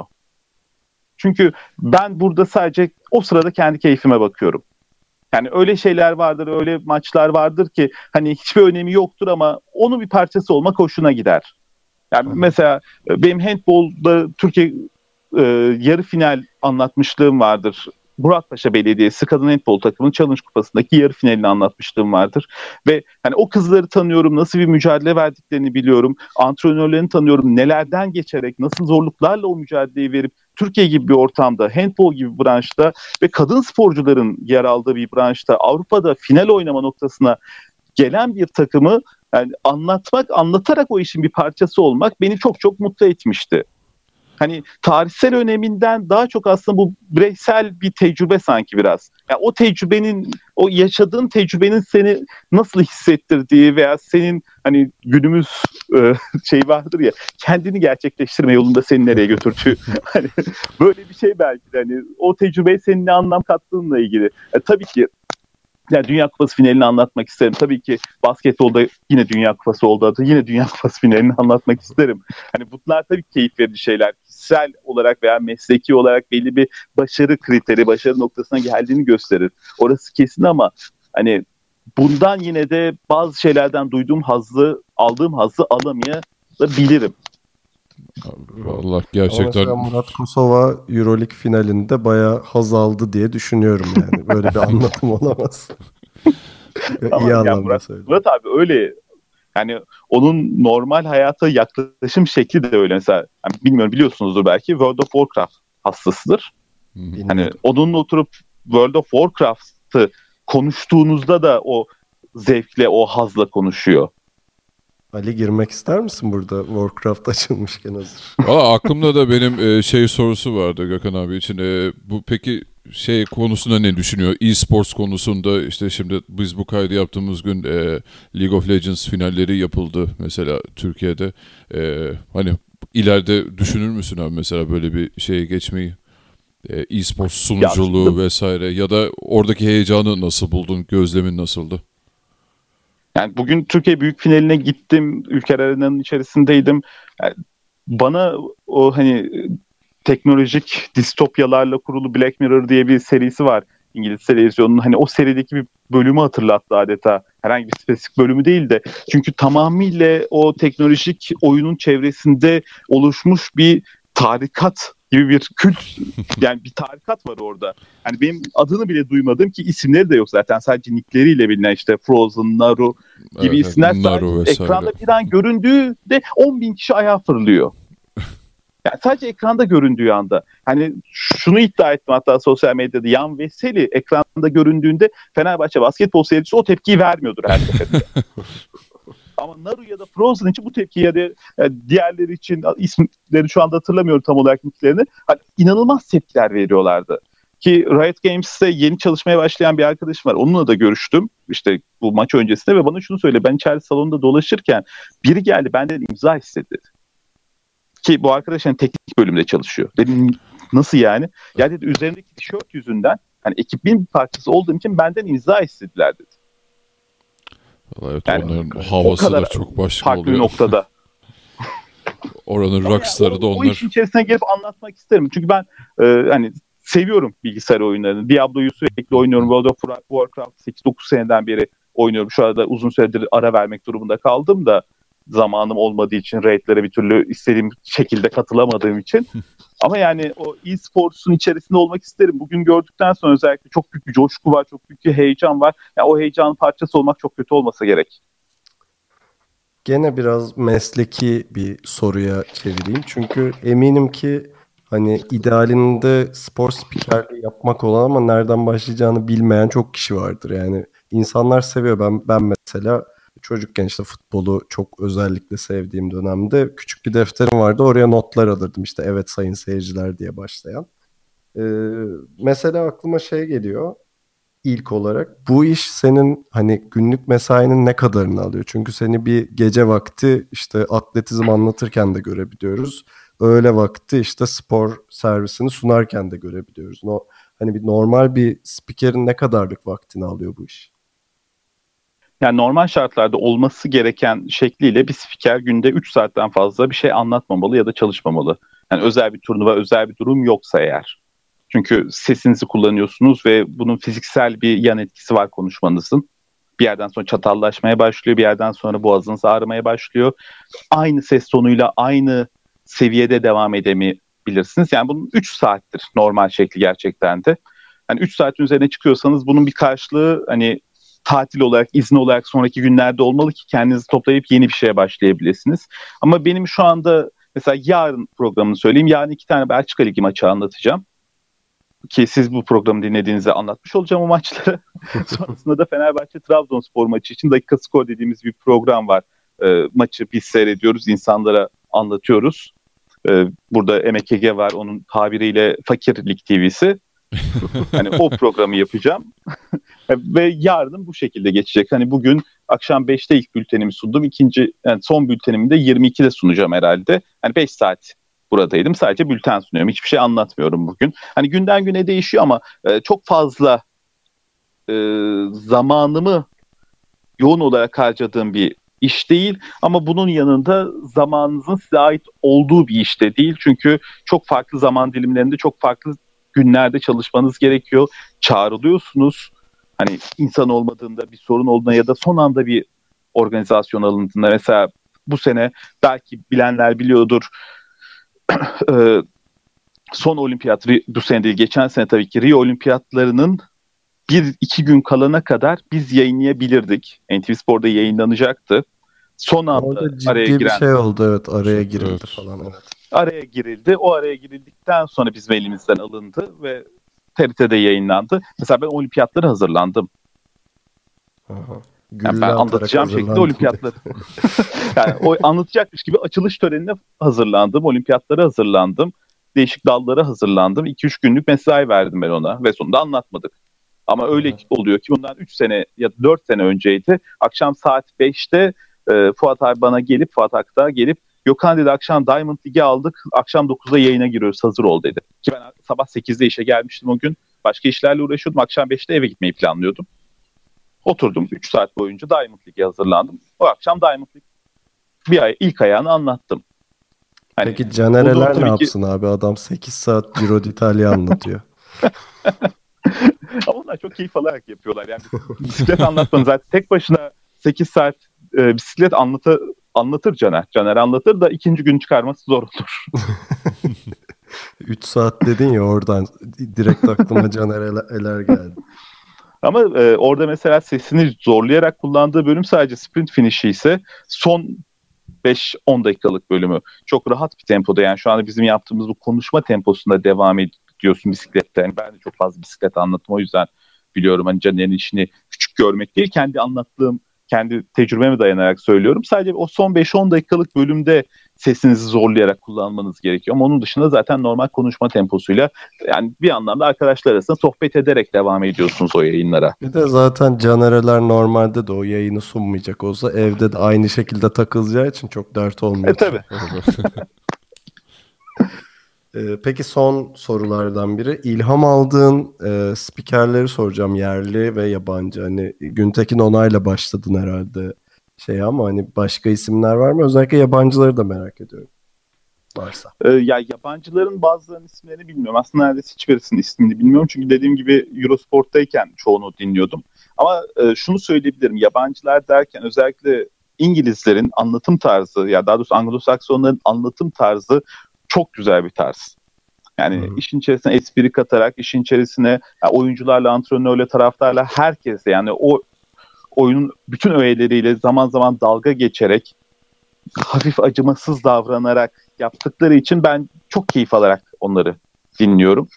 [SPEAKER 5] Çünkü ben burada sadece o sırada kendi keyfime bakıyorum. Yani öyle şeyler vardır, öyle maçlar vardır ki hani hiçbir önemi yoktur ama onun bir parçası olmak hoşuna gider. Yani mesela benim handbolda Türkiye yarı final anlatmışlığım vardır. Muratpaşa Belediyesi kadın handbol takımının Challenge Kupası'ndaki yarı finalini anlatmışlığım vardır. Ve hani o kızları tanıyorum, nasıl bir mücadele verdiklerini biliyorum. Antrenörlerini tanıyorum, nelerden geçerek, nasıl zorluklarla o mücadeleyi verip Türkiye gibi bir ortamda, handbol gibi bir branşta ve kadın sporcuların yer aldığı bir branşta Avrupa'da final oynama noktasına gelen bir takımı yani anlatarak o işin bir parçası olmak beni çok çok mutlu etmişti. Hani tarihsel öneminden daha çok aslında bu bireysel bir tecrübe sanki biraz. Yani o tecrübenin, o yaşadığın tecrübenin seni nasıl hissettirdiği veya senin hani günümüz şey vardır ya, kendini gerçekleştirme yolunda seni nereye götürdüğü. Hani böyle bir şey belki de hani o tecrübeye senin ne anlam kattığınla ilgili. Tabii ki yani Dünya Kupası finalini anlatmak isterim. Tabii ki basketbolda yine Dünya Kupası oldu adı. Yine Dünya Kupası finalini anlatmak isterim. Hani bunlar tabii keyif verici şeyler. Kişisel olarak veya mesleki olarak belli bir başarı kriteri, başarı noktasına geldiğini gösterir. Orası kesin ama hani bundan yine de bazı şeylerden aldığım hazzı alamayabilirim.
[SPEAKER 4] Allah gerçekten.
[SPEAKER 3] Ama Murat Kosova Euroleague finalinde bayağı haz aldı diye düşünüyorum yani. Böyle bir anlatım olamaz.
[SPEAKER 5] Tamam,
[SPEAKER 3] İyi anlamda söylüyorum.
[SPEAKER 5] Murat abi öyle. Yani onun normal hayata yaklaşım şekli de öyle. Mesela yani bilmiyorum, biliyorsunuzdur belki, World of Warcraft hastasıdır. Hani onunla oturup World of Warcraft'ı konuştuğunuzda da o zevkle, o hazla konuşuyor.
[SPEAKER 3] Ali, girmek ister misin burada Warcraft açılmışken hazır?
[SPEAKER 4] Valla aklımda da benim sorusu vardı Gökhan abi için. Bu peki konusunda ne düşünüyor? E-sports konusunda işte şimdi biz bu kaydı yaptığımız gün League of Legends finalleri yapıldı mesela Türkiye'de. Hani ileride düşünür müsün abi mesela böyle bir şeye geçmeyi? E-sports sunuculuğu vesaire ya da oradaki heyecanı nasıl buldun? Gözlemin nasıldı?
[SPEAKER 5] Yani bugün Türkiye büyük finaline gittim. Ülker Arena'nın içerisindeydim. Yani bana o hani teknolojik distopyalarla kurulu Black Mirror diye bir serisi var İngiliz televizyonunun. Hani o serideki bir bölümü hatırlattı adeta. Herhangi bir spesifik bölümü değil de. Çünkü tamamıyla o teknolojik oyunun çevresinde oluşmuş bir tarikat gibi bir kült, yani bir tarikat var orada. Hani benim adını bile duymadığım, ki isimleri de yok zaten, sadece nickleriyle bilinen, işte Frozen, Naru gibi
[SPEAKER 4] Evet,
[SPEAKER 5] isimler
[SPEAKER 4] Naru
[SPEAKER 5] sadece
[SPEAKER 4] vesaire.
[SPEAKER 5] ekranda bir an göründüğünde 10.000 kişi ayağa fırlıyor. Yani sadece ekranda göründüğü anda. Hani şunu iddia ettim hatta sosyal medyada, Yan Veseli ekranda göründüğünde Fenerbahçe basketbol seyircisi o tepkiyi vermiyordur her seferinde. Ama Naru ya da Frozen için bu tepkiyi, ya da diğerleri için, isimleri şu anda hatırlamıyorum tam olarak nicklerini, hani inanılmaz tepkiler veriyorlardı. Ki Riot Games'te yeni çalışmaya başlayan bir arkadaşım var. Onunla da görüştüm işte bu maç öncesinde ve bana şunu söyle. Ben içeride salonda dolaşırken biri geldi benden imza istedi. Ki bu arkadaş hani teknik bölümde çalışıyor. Dedim nasıl yani? Ya dedi üzerindeki tişört yüzünden, hani ekibin bir parçası olduğum için benden imza istediler dedi.
[SPEAKER 4] Evet,
[SPEAKER 5] Yani
[SPEAKER 4] onların
[SPEAKER 5] o
[SPEAKER 4] havası
[SPEAKER 5] kadar
[SPEAKER 4] da çok başka
[SPEAKER 5] farklı
[SPEAKER 4] oluyor.
[SPEAKER 5] bir noktada.
[SPEAKER 4] Oranın
[SPEAKER 5] Ama
[SPEAKER 4] rockstarı
[SPEAKER 5] yani
[SPEAKER 4] da
[SPEAKER 5] o
[SPEAKER 4] onlar.
[SPEAKER 5] işin içerisine gelip anlatmak isterim. Çünkü ben hani seviyorum bilgisayar oyunlarını. Diablo'yu sürekli oynuyorum. World of Warcraft 8-9 seneden beri oynuyorum. Şu anda uzun süredir ara vermek durumunda kaldım da zamanım olmadığı için, raidlere bir türlü istediğim şekilde katılamadığım için. Ama yani o e-sports'un içerisinde olmak isterim. Bugün gördükten sonra özellikle çok büyük bir coşku var, çok büyük bir heyecan var. Yani o heyecanın parçası olmak çok kötü olmasa gerek.
[SPEAKER 3] Gene biraz mesleki bir soruya çevireyim. Çünkü eminim ki hani idealinde spor spikerliği yapmak olan ama nereden başlayacağını bilmeyen çok kişi vardır. Yani insanlar seviyor. Ben mesela çocukken işte futbolu çok özellikle sevdiğim dönemde küçük bir defterim vardı. Oraya notlar alırdım işte evet sayın seyirciler diye başlayan. Mesela aklıma şey geliyor. İlk olarak bu iş senin hani günlük mesainin ne kadarını alıyor? Çünkü seni bir gece vakti işte atletizm anlatırken de görebiliyoruz. Öğle vakti işte spor servisini sunarken de görebiliyoruz. Hani bir normal bir spikerin ne kadarlık vaktini alıyor bu iş?
[SPEAKER 5] Yani normal şartlarda olması gereken şekliyle bir spiker günde 3 saatten fazla bir şey anlatmamalı ya da çalışmamalı. Yani özel bir turnuva, özel bir durum yoksa eğer. Çünkü sesinizi kullanıyorsunuz ve bunun fiziksel bir yan etkisi var konuşmanızın. Bir yerden sonra çatallaşmaya başlıyor, bir yerden sonra boğazınız ağrımaya başlıyor. Aynı ses tonuyla aynı seviyede devam edemeyebilirsiniz. Yani bunun 3 saattir normal şekli gerçekten de. Yani 3 saatin üzerine çıkıyorsanız bunun bir karşılığı hani tatil olarak, izin olarak sonraki günlerde olmalı ki kendinizi toplayıp yeni bir şeye başlayabilirsiniz. Ama benim şu anda mesela yarın programını söyleyeyim. Yarın 2 tane Belçika Ligi maçı anlatacağım. Ki siz bu programı dinlediğinizde anlatmış olacağım o maçları. Sonrasında da Fenerbahçe Trabzonspor maçı için dakika skor dediğimiz bir program var. Maçı biz seyrediyoruz, insanlara anlatıyoruz. Burada Emek Ege var, onun tabiriyle Fakir Lig TV'si. Hani o programı yapacağım. Ve yarın bu şekilde geçecek. Hani bugün akşam 5'te ilk bültenimi sundum. Yani son bültenimi de 22'de sunacağım herhalde. Hani 5 saat buradaydım. Sadece bülten sunuyorum. Hiçbir şey anlatmıyorum bugün. Hani günden güne değişiyor ama çok fazla zamanımı yoğun olarak harcadığım bir iş değil. Ama bunun yanında zamanınızın size ait olduğu bir iş de değil. Çünkü çok farklı zaman dilimlerinde, çok farklı günlerde çalışmanız gerekiyor. Çağrılıyorsunuz. Hani insan olmadığında, bir sorun olduğunda ya da son anda bir organizasyon alındığında, mesela bu sene belki bilenler biliyordur, son olimpiyat, bu sene değil geçen sene tabii ki Rio olimpiyatlarının 1-2 gün kalana kadar biz yayınlayabilirdik. NTV Spor'da yayınlanacaktı. Son anda
[SPEAKER 3] Orada ciddi
[SPEAKER 5] araya
[SPEAKER 3] bir
[SPEAKER 5] giren
[SPEAKER 3] şey oldu evet araya girildi
[SPEAKER 4] Evet.
[SPEAKER 3] falan evet.
[SPEAKER 5] araya girildi. O araya girildikten sonra bizim elimizden alındı ve TRT'de yayınlandı. Mesela ben olimpiyatlara hazırlandım.
[SPEAKER 3] Aha.
[SPEAKER 5] Yani ben anlatacağım şekilde olimpiyatları. Yani o anlatacakmış gibi açılış törenine hazırlandım. Olimpiyatlara hazırlandım. Değişik dallara hazırlandım. 2-3 günlük mesai verdim ben ona ve sonunda anlatmadık. Ama öyle oluyor ki bundan 3 sene ya da 4 sene önceydi. Akşam saat 5'te Fuat abi bana gelip, Fuat Aktağ gelip, Gökhan dedi akşam Diamond Ligi aldık. Akşam 9'da yayına giriyoruz, hazır ol dedi. Ki ben sabah 8'de işe gelmiştim o gün. Başka işlerle uğraşıyordum. Akşam 5'te eve gitmeyi planlıyordum. Oturdum 3 saat boyunca Diamond League'e hazırlandım. O akşam Diamond League ilk ayağını anlattım. Hani
[SPEAKER 3] Peki Canereler ne
[SPEAKER 5] tabii ki...
[SPEAKER 3] yapsın abi? Adam 8 saat Giro d'Italia anlatıyor.
[SPEAKER 5] Ama onlar çok keyif alarak yapıyorlar. Yani bisiklet anlatmanın zaten tek başına 8 saat bisiklet anlatır Caner. Caner anlatır da ikinci gün çıkarması zor olur.
[SPEAKER 3] 3 saat dedin ya, oradan direkt aklıma Caner Eler geldi.
[SPEAKER 5] Ama orada mesela sesini zorlayarak kullandığı bölüm sadece sprint finish'i ise son 5-10 dakikalık bölümü. Çok rahat bir tempoda, yani şu anda bizim yaptığımız bu konuşma temposunda devam ediyorsun bisiklette. Yani ben de çok fazla bisiklet anlattım, o yüzden biliyorum hani Caner'in işini küçük görmek değil, kendi anlattığım, kendi tecrübeme dayanarak söylüyorum. Sadece o son 5-10 dakikalık bölümde sesinizi zorlayarak kullanmanız gerekiyor. Ama onun dışında zaten normal konuşma temposuyla, yani bir anlamda arkadaşlar arasında sohbet ederek devam ediyorsunuz o yayınlara.
[SPEAKER 3] Bir de zaten Caner Eler normalde de o yayını sunmayacak olsa evde de aynı şekilde takılacağı için çok dert olmuyor.
[SPEAKER 5] Tabii.
[SPEAKER 3] Peki son sorulardan biri, ilham aldığın spikerleri soracağım, yerli ve yabancı. Hani Güntekin Onay'la başladın herhalde ama hani başka isimler var mı? Özellikle yabancıları da merak ediyorum. Varsa.
[SPEAKER 5] Ya yabancıların bazılarının isimlerini bilmiyorum. Aslında neredeyse hiçbirisinin ismini bilmiyorum. Çünkü dediğim gibi Eurosport'tayken çoğunu dinliyordum. Ama şunu söyleyebilirim. Yabancılar derken özellikle İngilizlerin anlatım tarzı, ya daha doğrusu Anglo-Saksonların anlatım tarzı çok güzel bir tarz. Yani işin içerisine espri katarak, işin içerisine oyuncularla, antrenörle, taraftarla, herkesle, yani o oyunun bütün öğeleriyle zaman zaman dalga geçerek, hafif acımasız davranarak yaptıkları için ben çok keyif alarak onları dinliyorum.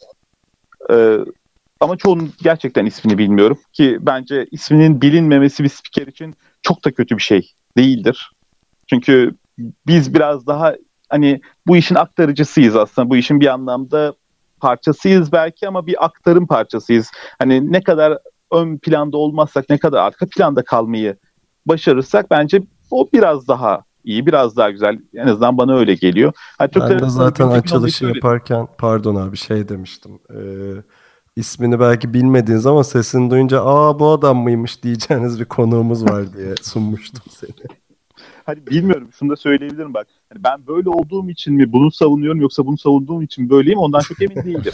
[SPEAKER 5] Ama çoğunun gerçekten ismini bilmiyorum ki bence isminin bilinmemesi bir spiker için çok da kötü bir şey değildir. Çünkü biz biraz daha hani bu işin aktarıcısıyız aslında. Bu işin bir anlamda parçasıyız belki ama bir aktarım parçasıyız. Hani ne kadar ön planda olmazsak, ne kadar arka planda kalmayı başarırsak bence o biraz daha iyi, biraz daha güzel. En azından bana öyle geliyor.
[SPEAKER 3] Ben de zaten açılışı yaparken, pardon abi, demiştim. İsmini belki bilmediğiniz ama sesini duyunca bu adam mıymış diyeceğiniz bir konuğumuz var diye sunmuştum seni.
[SPEAKER 5] Hani bilmiyorum, şunu da söyleyebilirim bak. Hani ben böyle olduğum için mi bunu savunuyorum, yoksa bunu savunduğum için mi böyleyim, ondan çok emin değilim.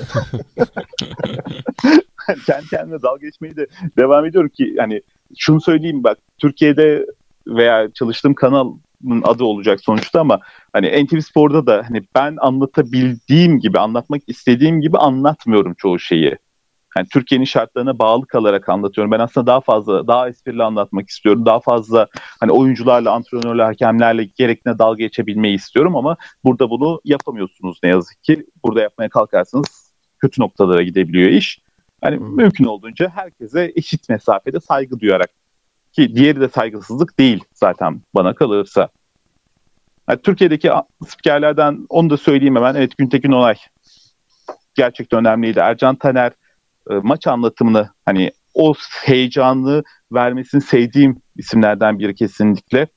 [SPEAKER 5] Kendi kendime dalga geçmeyi de devam ediyorum ki yani şunu söyleyeyim bak, Türkiye'de veya çalıştığım kanalın adı olacak sonuçta ama hani NTV Spor'da da hani ben anlatabildiğim gibi, anlatmak istediğim gibi anlatmıyorum çoğu şeyi. Yani Türkiye'nin şartlarına bağlı kalarak anlatıyorum. Ben aslında daha fazla, daha esprili anlatmak istiyorum. Daha fazla hani oyuncularla, antrenörle, hakemlerle gerektiğine dalga geçebilmeyi istiyorum ama burada bunu yapamıyorsunuz ne yazık ki. Burada yapmaya kalkarsanız kötü noktalara gidebiliyor iş. Hani mümkün olduğunca herkese eşit mesafede saygı duyarak, ki diğeri de saygısızlık değil zaten bana kalırsa. Yani Türkiye'deki spikerlerden onu da söyleyeyim hemen. Evet, Güntekin Onay gerçekten önemliydi. Ercan Taner maç anlatımını, hani o heyecanlı vermesini sevdiğim isimlerden biri kesinlikle.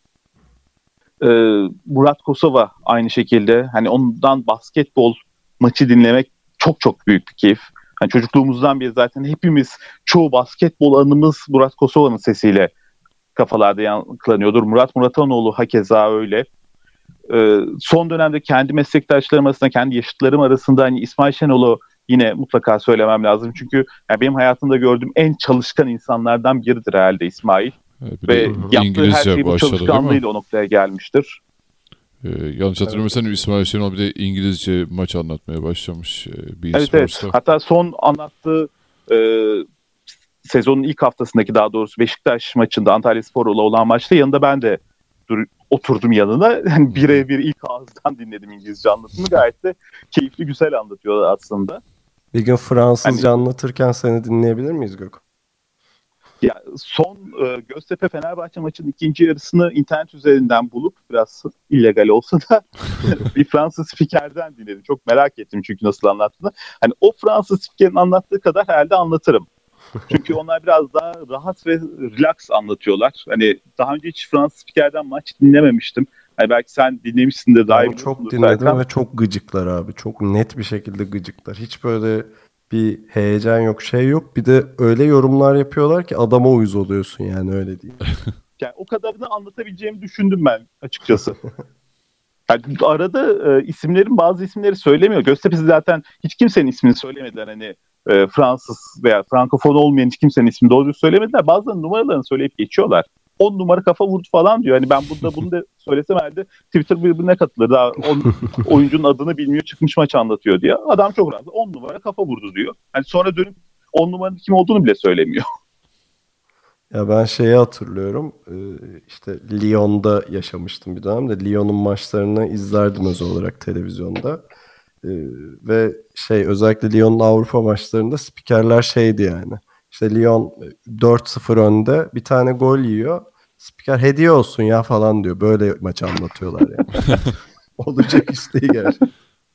[SPEAKER 5] Murat Kosova aynı şekilde. Hani ondan basketbol maçı dinlemek çok çok büyük bir keyif. Hani çocukluğumuzdan beri zaten hepimiz, çoğu basketbol anımız Murat Kosova'nın sesiyle kafalarda yankılanıyordur. Murat Muratanoğlu hakeza öyle. Son dönemde kendi meslektaşlarım arasında, kendi yaşıtlarım arasında hani İsmail Şenol'u yine mutlaka söylemem lazım. Çünkü yani benim hayatımda gördüğüm en çalışkan insanlardan biridir herhalde İsmail. Ve yaptığı
[SPEAKER 4] İngilizce
[SPEAKER 5] her şey bu
[SPEAKER 4] başladı,
[SPEAKER 5] çalışkanlığıyla o noktaya gelmiştir.
[SPEAKER 4] Yanlış hatırlamıyorsam İsmail Şenol bir de İngilizce maç anlatmaya başlamış bir
[SPEAKER 5] Evet, evet. Hatta son anlattığı sezonun ilk haftasındaki, daha doğrusu Beşiktaş maçında, Antalyaspor'la olan maçta yanında ben de oturdum yanına. Yani birebir ilk ağızdan dinledim İngilizce anlatımı. Gayet de keyifli, güzel anlatıyor aslında.
[SPEAKER 3] Bir gün Fransızca anlatırken seni dinleyebilir miyiz Gökhan?
[SPEAKER 5] Ya son Göztepe Fenerbahçe maçının ikinci yarısını internet üzerinden bulup, biraz illegal olsa da bir Fransız spikerden dinledim. Çok merak ettim çünkü nasıl anlattığını. Hani o Fransız spikerin anlattığı kadar herhalde anlatırım. Çünkü onlar biraz daha rahat ve relax anlatıyorlar. Hani daha önce hiç Fransız spikerden maç dinlememiştim. Hani belki sen dinlemişsindir, daha iyi.
[SPEAKER 3] Çok dinledim ve çok gıcıklar abi. Çok net bir şekilde gıcıklar. Hiç böyle bir heyecan yok, şey yok. Bir de öyle yorumlar yapıyorlar ki adama uyuz oluyorsun, yani öyle diyeyim.
[SPEAKER 5] Yani o kadarını anlatabileceğimi düşündüm ben açıkçası. Yani arada bazı isimleri söylemiyor. Göztepe'si zaten hiç kimsenin ismini söylemediler. Hani Fransız veya Frankofon olmayan hiç kimsenin ismini doğru söylemediler. Bazılarının numaralarını söyleyip geçiyorlar. 10 numara kafa vurdu falan diyor. Hani ben burada bunu da söylesem herhalde Twitter birbirine katılır. Daha oyuncunun adını bilmiyor, çıkmış maç anlatıyor diye. Adam çok rahat 10 numara kafa vurdu diyor. Hani sonra dönüp 10 numaranın kim olduğunu bile söylemiyor.
[SPEAKER 3] Ya ben şeyi hatırlıyorum. İşte Lyon'da yaşamıştım bir dönem de. Lyon'un maçlarını izlerdim özel olarak televizyonda. Ve özellikle Lyon'un Avrupa maçlarında spikerler şeydi yani. İşte Lyon 4-0 önde, bir tane gol yiyor. Spiker hediye olsun ya falan diyor. Böyle maçı anlatıyorlar yani. Olacak iş değil gerçekten.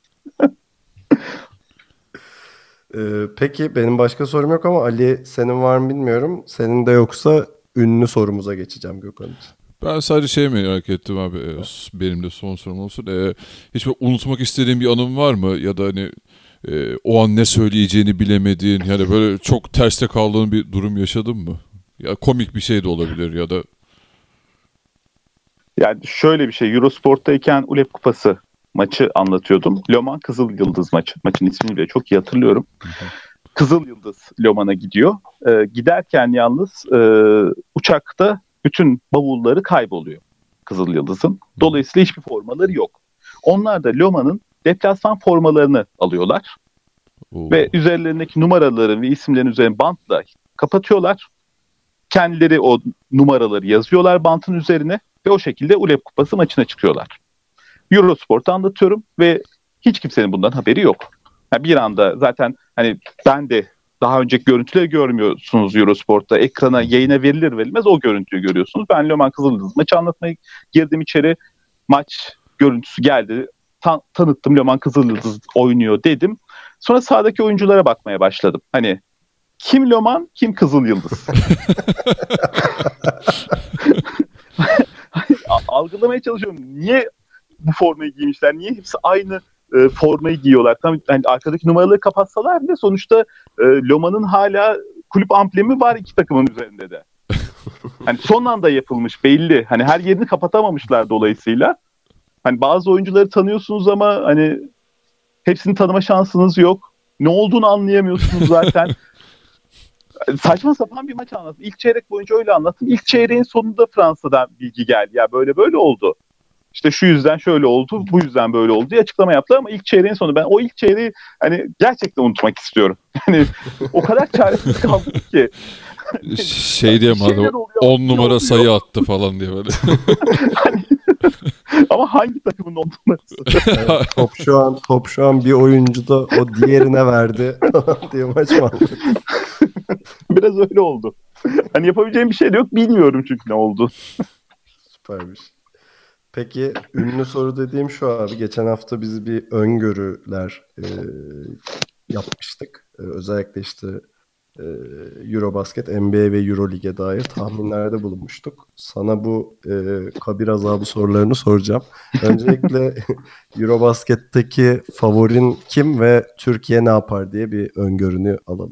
[SPEAKER 3] Peki benim başka sorum yok ama Ali, senin var mı bilmiyorum. Senin de yoksa ünlü sorumuza geçeceğim Gökhan için.
[SPEAKER 4] Ben sadece merak ettim abi. Benim de son sorum olsun. Hiç unutmak istediğin bir anın var mı? Ya da hani o an ne söyleyeceğini bilemediğin, yani böyle çok terste kaldığın bir durum yaşadın mı? Ya komik bir şey de olabilir ya da.
[SPEAKER 5] Yani şöyle bir şey, Eurosport'tayken ULEP Kupası maçı anlatıyordum. Loman Kızıl Yıldız maçı. Maçın ismini bile çok iyi hatırlıyorum. Kızıl Yıldız Loman'a gidiyor. Giderken yalnız uçakta bütün bavulları kayboluyor Kızıl Yıldız'ın. Dolayısıyla hiçbir formaları yok. Onlar da Loman'ın deplasman formalarını alıyorlar. Ve üzerlerindeki numaraları ve isimlerin üzerine bantla kapatıyorlar. Kendileri o numaraları yazıyorlar bantın üzerine ve o şekilde ULEP Kupası maçına çıkıyorlar. Eurosport'u anlatıyorum ve hiç kimsenin bundan haberi yok. Yani bir anda zaten hani ben de daha önceki görüntüleri görmüyorsunuz Eurosport'ta. Ekrana, yayına verilir verilmez o görüntüyü görüyorsunuz. Ben Le Mans Kızıldız maçı anlatmaya girdim içeri. Maç görüntüsü geldi. Tanıttım, Le Mans Kızıldız oynuyor dedim. Sonra sahadaki oyunculara bakmaya başladım. Hani kim Le Mans, kim Kızıl Yıldız? Algılamaya çalışıyorum. Niye bu formayı giymişler? Niye hepsi aynı formayı giyiyorlar? Tam yani arkadaki numaraları kapatsalar bile sonuçta Le Mans'ın hala kulüp amblemi var iki takımın üzerinde de. Hani son anda yapılmış belli. Hani her yerini kapatamamışlar dolayısıyla. Hani bazı oyuncuları tanıyorsunuz ama hani hepsini tanıma şansınız yok. Ne olduğunu anlayamıyorsunuz zaten. Saçma sapan bir maç anlattım. İlk çeyrek boyunca öyle anlattım. İlk çeyreğin sonunda Fransa'dan bilgi geldi. Ya böyle oldu. İşte şu yüzden şöyle oldu, bu yüzden böyle oldu diye açıklama yaptı ama ilk çeyreğin sonu ben o ilk çeyreği hani gerçekten unutmak istiyorum. Yani o kadar çaresiz kaldım ki.
[SPEAKER 4] Diye mi 10 numara sayı attı falan diye böyle.
[SPEAKER 5] Ama hangi takımın 10 numarası?
[SPEAKER 3] Evet, top şu an bir oyuncu da o diğerine verdi diye maç mı anlattı?
[SPEAKER 5] Biraz öyle oldu. Hani yapabileceğim bir şey de yok, bilmiyorum çünkü ne oldu.
[SPEAKER 3] Süpermiş. Peki ünlü soru dediğim şu abi. Geçen hafta biz bir öngörüler yapmıştık. Özellikle işte Eurobasket, NBA ve Euroleague'e dair tahminlerde bulunmuştuk. Sana bu kabir azabı sorularını soracağım. Öncelikle Eurobasket'teki favorin kim ve Türkiye ne yapar diye bir öngörünü alalım.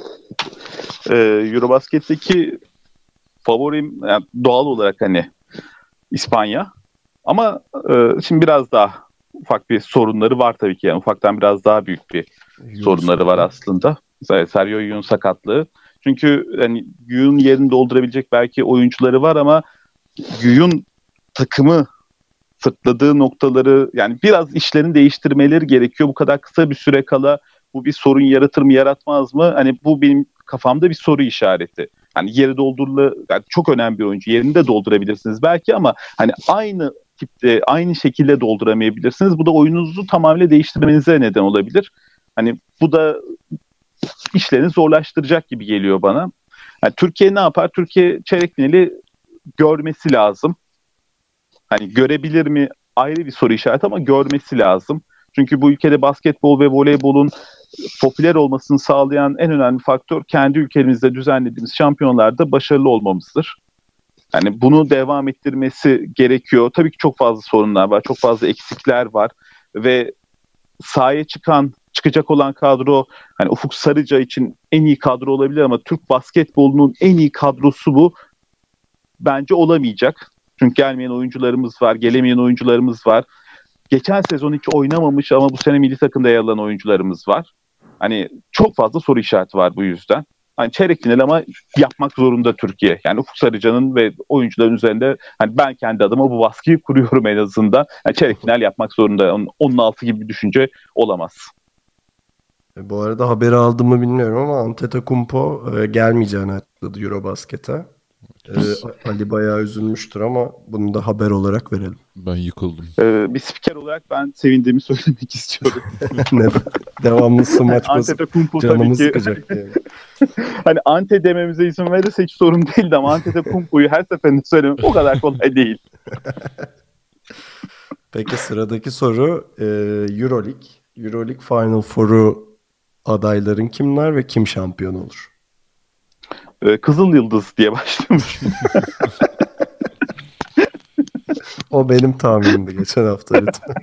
[SPEAKER 5] Eurobasket'teki favorim yani doğal olarak hani İspanya. Ama şimdi biraz daha ufak bir sorunları var tabii ki. Yani ufaktan biraz daha büyük bir sorunları var aslında. Sergio Llull'un sakatlığı. Çünkü hani Llull'un yerini doldurabilecek belki oyuncuları var ama Llull'un takımı sırtladığı noktaları yani biraz işlerini değiştirmeleri gerekiyor. Bu kadar kısa bir süre kala bu bir sorun yaratır mı yaratmaz mı? Hani bu benim kafamda bir soru işareti. Hani yeri yani çok önemli bir oyuncu. Yerini de doldurabilirsiniz belki ama hani aynı tipte, aynı şekilde dolduramayabilirsiniz. Bu da oyununuzu tamamıyla değiştirmenize neden olabilir. Hani bu da işlerini zorlaştıracak gibi geliyor bana. Yani Türkiye ne yapar? Türkiye çeyrek finali görmesi lazım. Hani görebilir mi? Ayrı bir soru işareti ama görmesi lazım. Çünkü bu ülkede basketbol ve voleybolun popüler olmasını sağlayan en önemli faktör kendi ülkemizde düzenlediğimiz şampiyonlarda başarılı olmamızdır. Yani bunu devam ettirmesi gerekiyor. Tabii ki çok fazla sorunlar var, çok fazla eksikler var ve sahaya çıkacak olan kadro hani Ufuk Sarıca için en iyi kadro olabilir ama Türk basketbolunun en iyi kadrosu bu bence olamayacak. Çünkü gelmeyen oyuncularımız var, gelemeyen oyuncularımız var. Geçen sezon hiç oynamamış ama bu sene milli takımda yer alan oyuncularımız var. Hani çok fazla soru işareti var bu yüzden. Hani çeyrek final ama yapmak zorunda Türkiye. Yani Ufuk Sarıcan'ın ve oyuncuların üzerinde hani ben kendi adıma bu baskıyı kuruyorum en azından. Yani çeyrek final yapmak zorunda. Onun altı gibi bir düşünce olamaz.
[SPEAKER 3] Bu arada haberi aldım mı bilmiyorum ama Antetokounmpo gelmeyeceğini açıkladı Eurobasket'e. Ali bayağı üzülmüştür ama bunu da haber olarak verelim.
[SPEAKER 4] Ben yıkıldım.
[SPEAKER 5] Bir spiker olarak ben sevindiğimi söylemek istiyorum.
[SPEAKER 3] Neden? Devamlısı maç basıp
[SPEAKER 5] Antetokounmpo
[SPEAKER 3] canımız
[SPEAKER 5] tabii ki
[SPEAKER 3] sıkacak yani.
[SPEAKER 5] hani Ante dememize izin verirse hiç sorun değildi ama Antetokounmpo'yu her seferinde söylemek o kadar kolay değil.
[SPEAKER 3] Peki sıradaki soru Euroleague. Euroleague Final Four'u adayların kimler ve kim şampiyon olur?
[SPEAKER 5] Kızıl Yıldız diye başlamış.
[SPEAKER 3] O benim tahminimdi geçen hafta lütfen.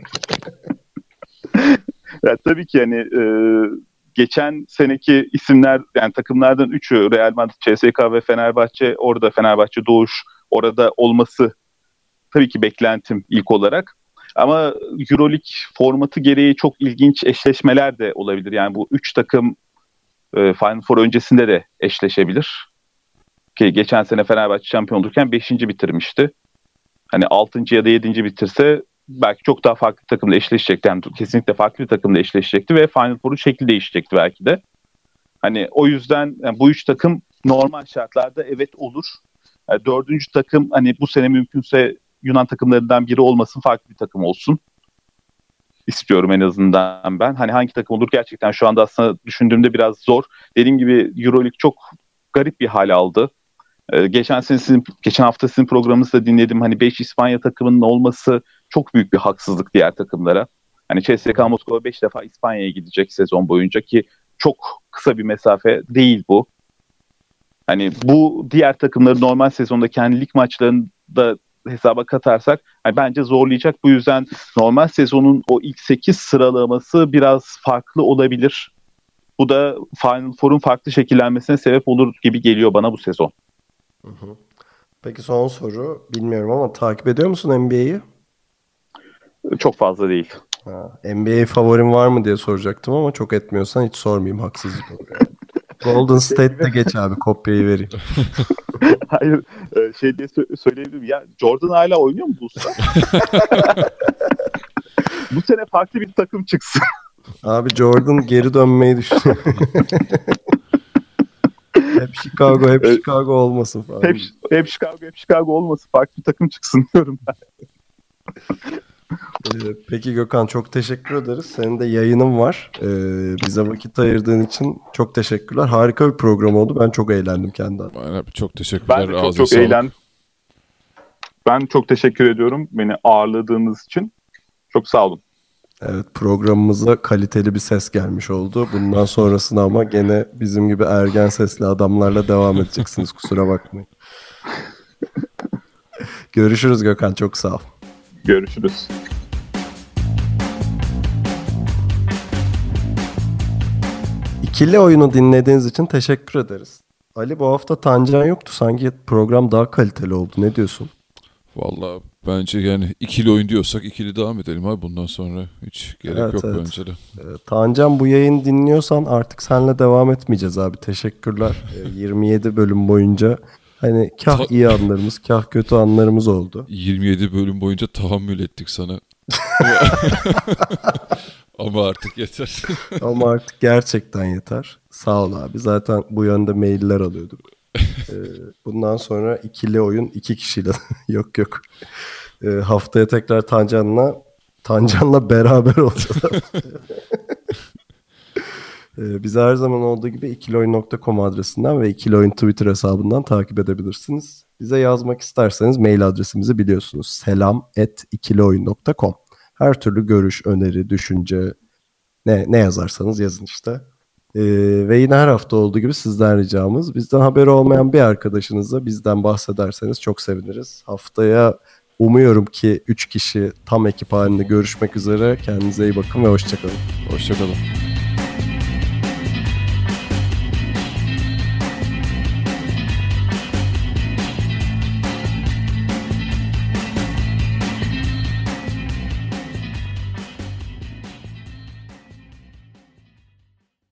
[SPEAKER 5] Ya, tabii ki hani geçen seneki isimler yani takımlardan 3'ü Real Madrid, CSKA ve Fenerbahçe, orada Fenerbahçe Doğuş orada olması tabii ki beklentim ilk olarak. Ama Euroleague formatı gereği çok ilginç eşleşmeler de olabilir. Yani bu 3 takım Final Four öncesinde de eşleşebilir. Ki geçen sene Fenerbahçe şampiyon olurken 5. bitirmişti. Hani 6. ya da 7. bitirse belki çok daha farklı takımla eşleşecekti. Yani kesinlikle farklı bir takımla eşleşecekti ve Final Four'un şekli değişecekti belki de. Hani o yüzden yani bu 3 takım normal şartlarda evet olur. Yani 4. takım hani bu sene mümkünse Yunan takımlarından biri olmasın, farklı bir takım olsun istiyorum en azından ben. Hani hangi takım olur gerçekten şu anda aslında düşündüğümde biraz zor. Dediğim gibi Euroleague çok garip bir hal aldı. Geçen hafta sizin programınızda dinledim. Hani 5 İspanya takımının olması çok büyük bir haksızlık diğer takımlara. Hani CSKA Moskova 5 defa İspanya'ya gidecek sezon boyunca ki çok kısa bir mesafe değil bu. Hani bu diğer takımları normal sezonda kendi lig maçlarında hesaba katarsak hani bence zorlayacak. Bu yüzden normal sezonun o ilk 8 sıralaması biraz farklı olabilir. Bu da Final Four'un farklı şekillenmesine sebep olur gibi geliyor bana bu sezon.
[SPEAKER 3] Peki son soru. Bilmiyorum ama takip ediyor musun NBA'yi?
[SPEAKER 5] Çok fazla değil.
[SPEAKER 3] NBA favorin var mı diye soracaktım ama çok etmiyorsan hiç sormayayım. Haksızlık olur. Golden State'de geç abi, kopyayı vereyim.
[SPEAKER 5] Hayır, şey diye söyleyebilirim. Ya Jordan hala oynuyor mu Bulls'ta? Bu sene farklı bir takım çıksın.
[SPEAKER 3] Abi Jordan geri dönmeyi düşünüyor. Hep Chicago olmasın falan.
[SPEAKER 5] Hep Chicago olmasın. Farklı bir takım çıksın diyorum ben.
[SPEAKER 3] Peki Gökhan, çok teşekkür ederiz. Senin de yayının var. Bize vakit ayırdığın için çok teşekkürler. Harika bir program oldu. Ben çok eğlendim kendi adıma.
[SPEAKER 4] Aynen, çok teşekkürler.
[SPEAKER 5] Ben de çok eğlendim. Ben çok teşekkür ediyorum beni ağırladığınız için. Çok sağ olun.
[SPEAKER 3] Evet, programımıza kaliteli bir ses gelmiş oldu. Bundan sonrasında ama gene bizim gibi ergen sesli adamlarla devam edeceksiniz. Kusura bakmayın. Görüşürüz Gökhan. Çok sağ ol.
[SPEAKER 5] Görüşürüz.
[SPEAKER 3] İkili oyunu dinlediğiniz için teşekkür ederiz. Ali, bu hafta Tancan yoktu. Sanki program daha kaliteli oldu. Ne diyorsun?
[SPEAKER 4] Vallahi bence yani ikili oyun diyorsak ikili devam edelim abi. Bundan sonra hiç gerek yok bence de.
[SPEAKER 3] Tancan, bu yayını dinliyorsan artık seninle devam etmeyeceğiz abi. Teşekkürler. 27 bölüm boyunca hani kah iyi anlarımız, kah kötü anlarımız oldu.
[SPEAKER 4] 27 bölüm boyunca tahammül ettik sana. Ama artık yeter.
[SPEAKER 3] Ama artık gerçekten yeter. Sağ ol abi. Zaten bu yönde mailler alıyorduk. Bundan sonra ikili oyun 2 kişiyle. yok. Haftaya tekrar Tancan'la beraber olacağız. Bizi her zaman olduğu gibi ikilioyun.com adresinden ve ikilioyun Twitter hesabından takip edebilirsiniz. Bize yazmak isterseniz mail adresimizi biliyorsunuz. selam@ikilioyun.com. Her türlü görüş, öneri, düşünce ne yazarsanız yazın işte. Ve yine her hafta olduğu gibi sizden ricamız, bizden haberi olmayan bir arkadaşınızla bizden bahsederseniz çok seviniriz. Haftaya umuyorum ki 3 kişi tam ekip halinde görüşmek üzere. Kendinize iyi bakın ve hoşçakalın.
[SPEAKER 4] Hoşçakalın.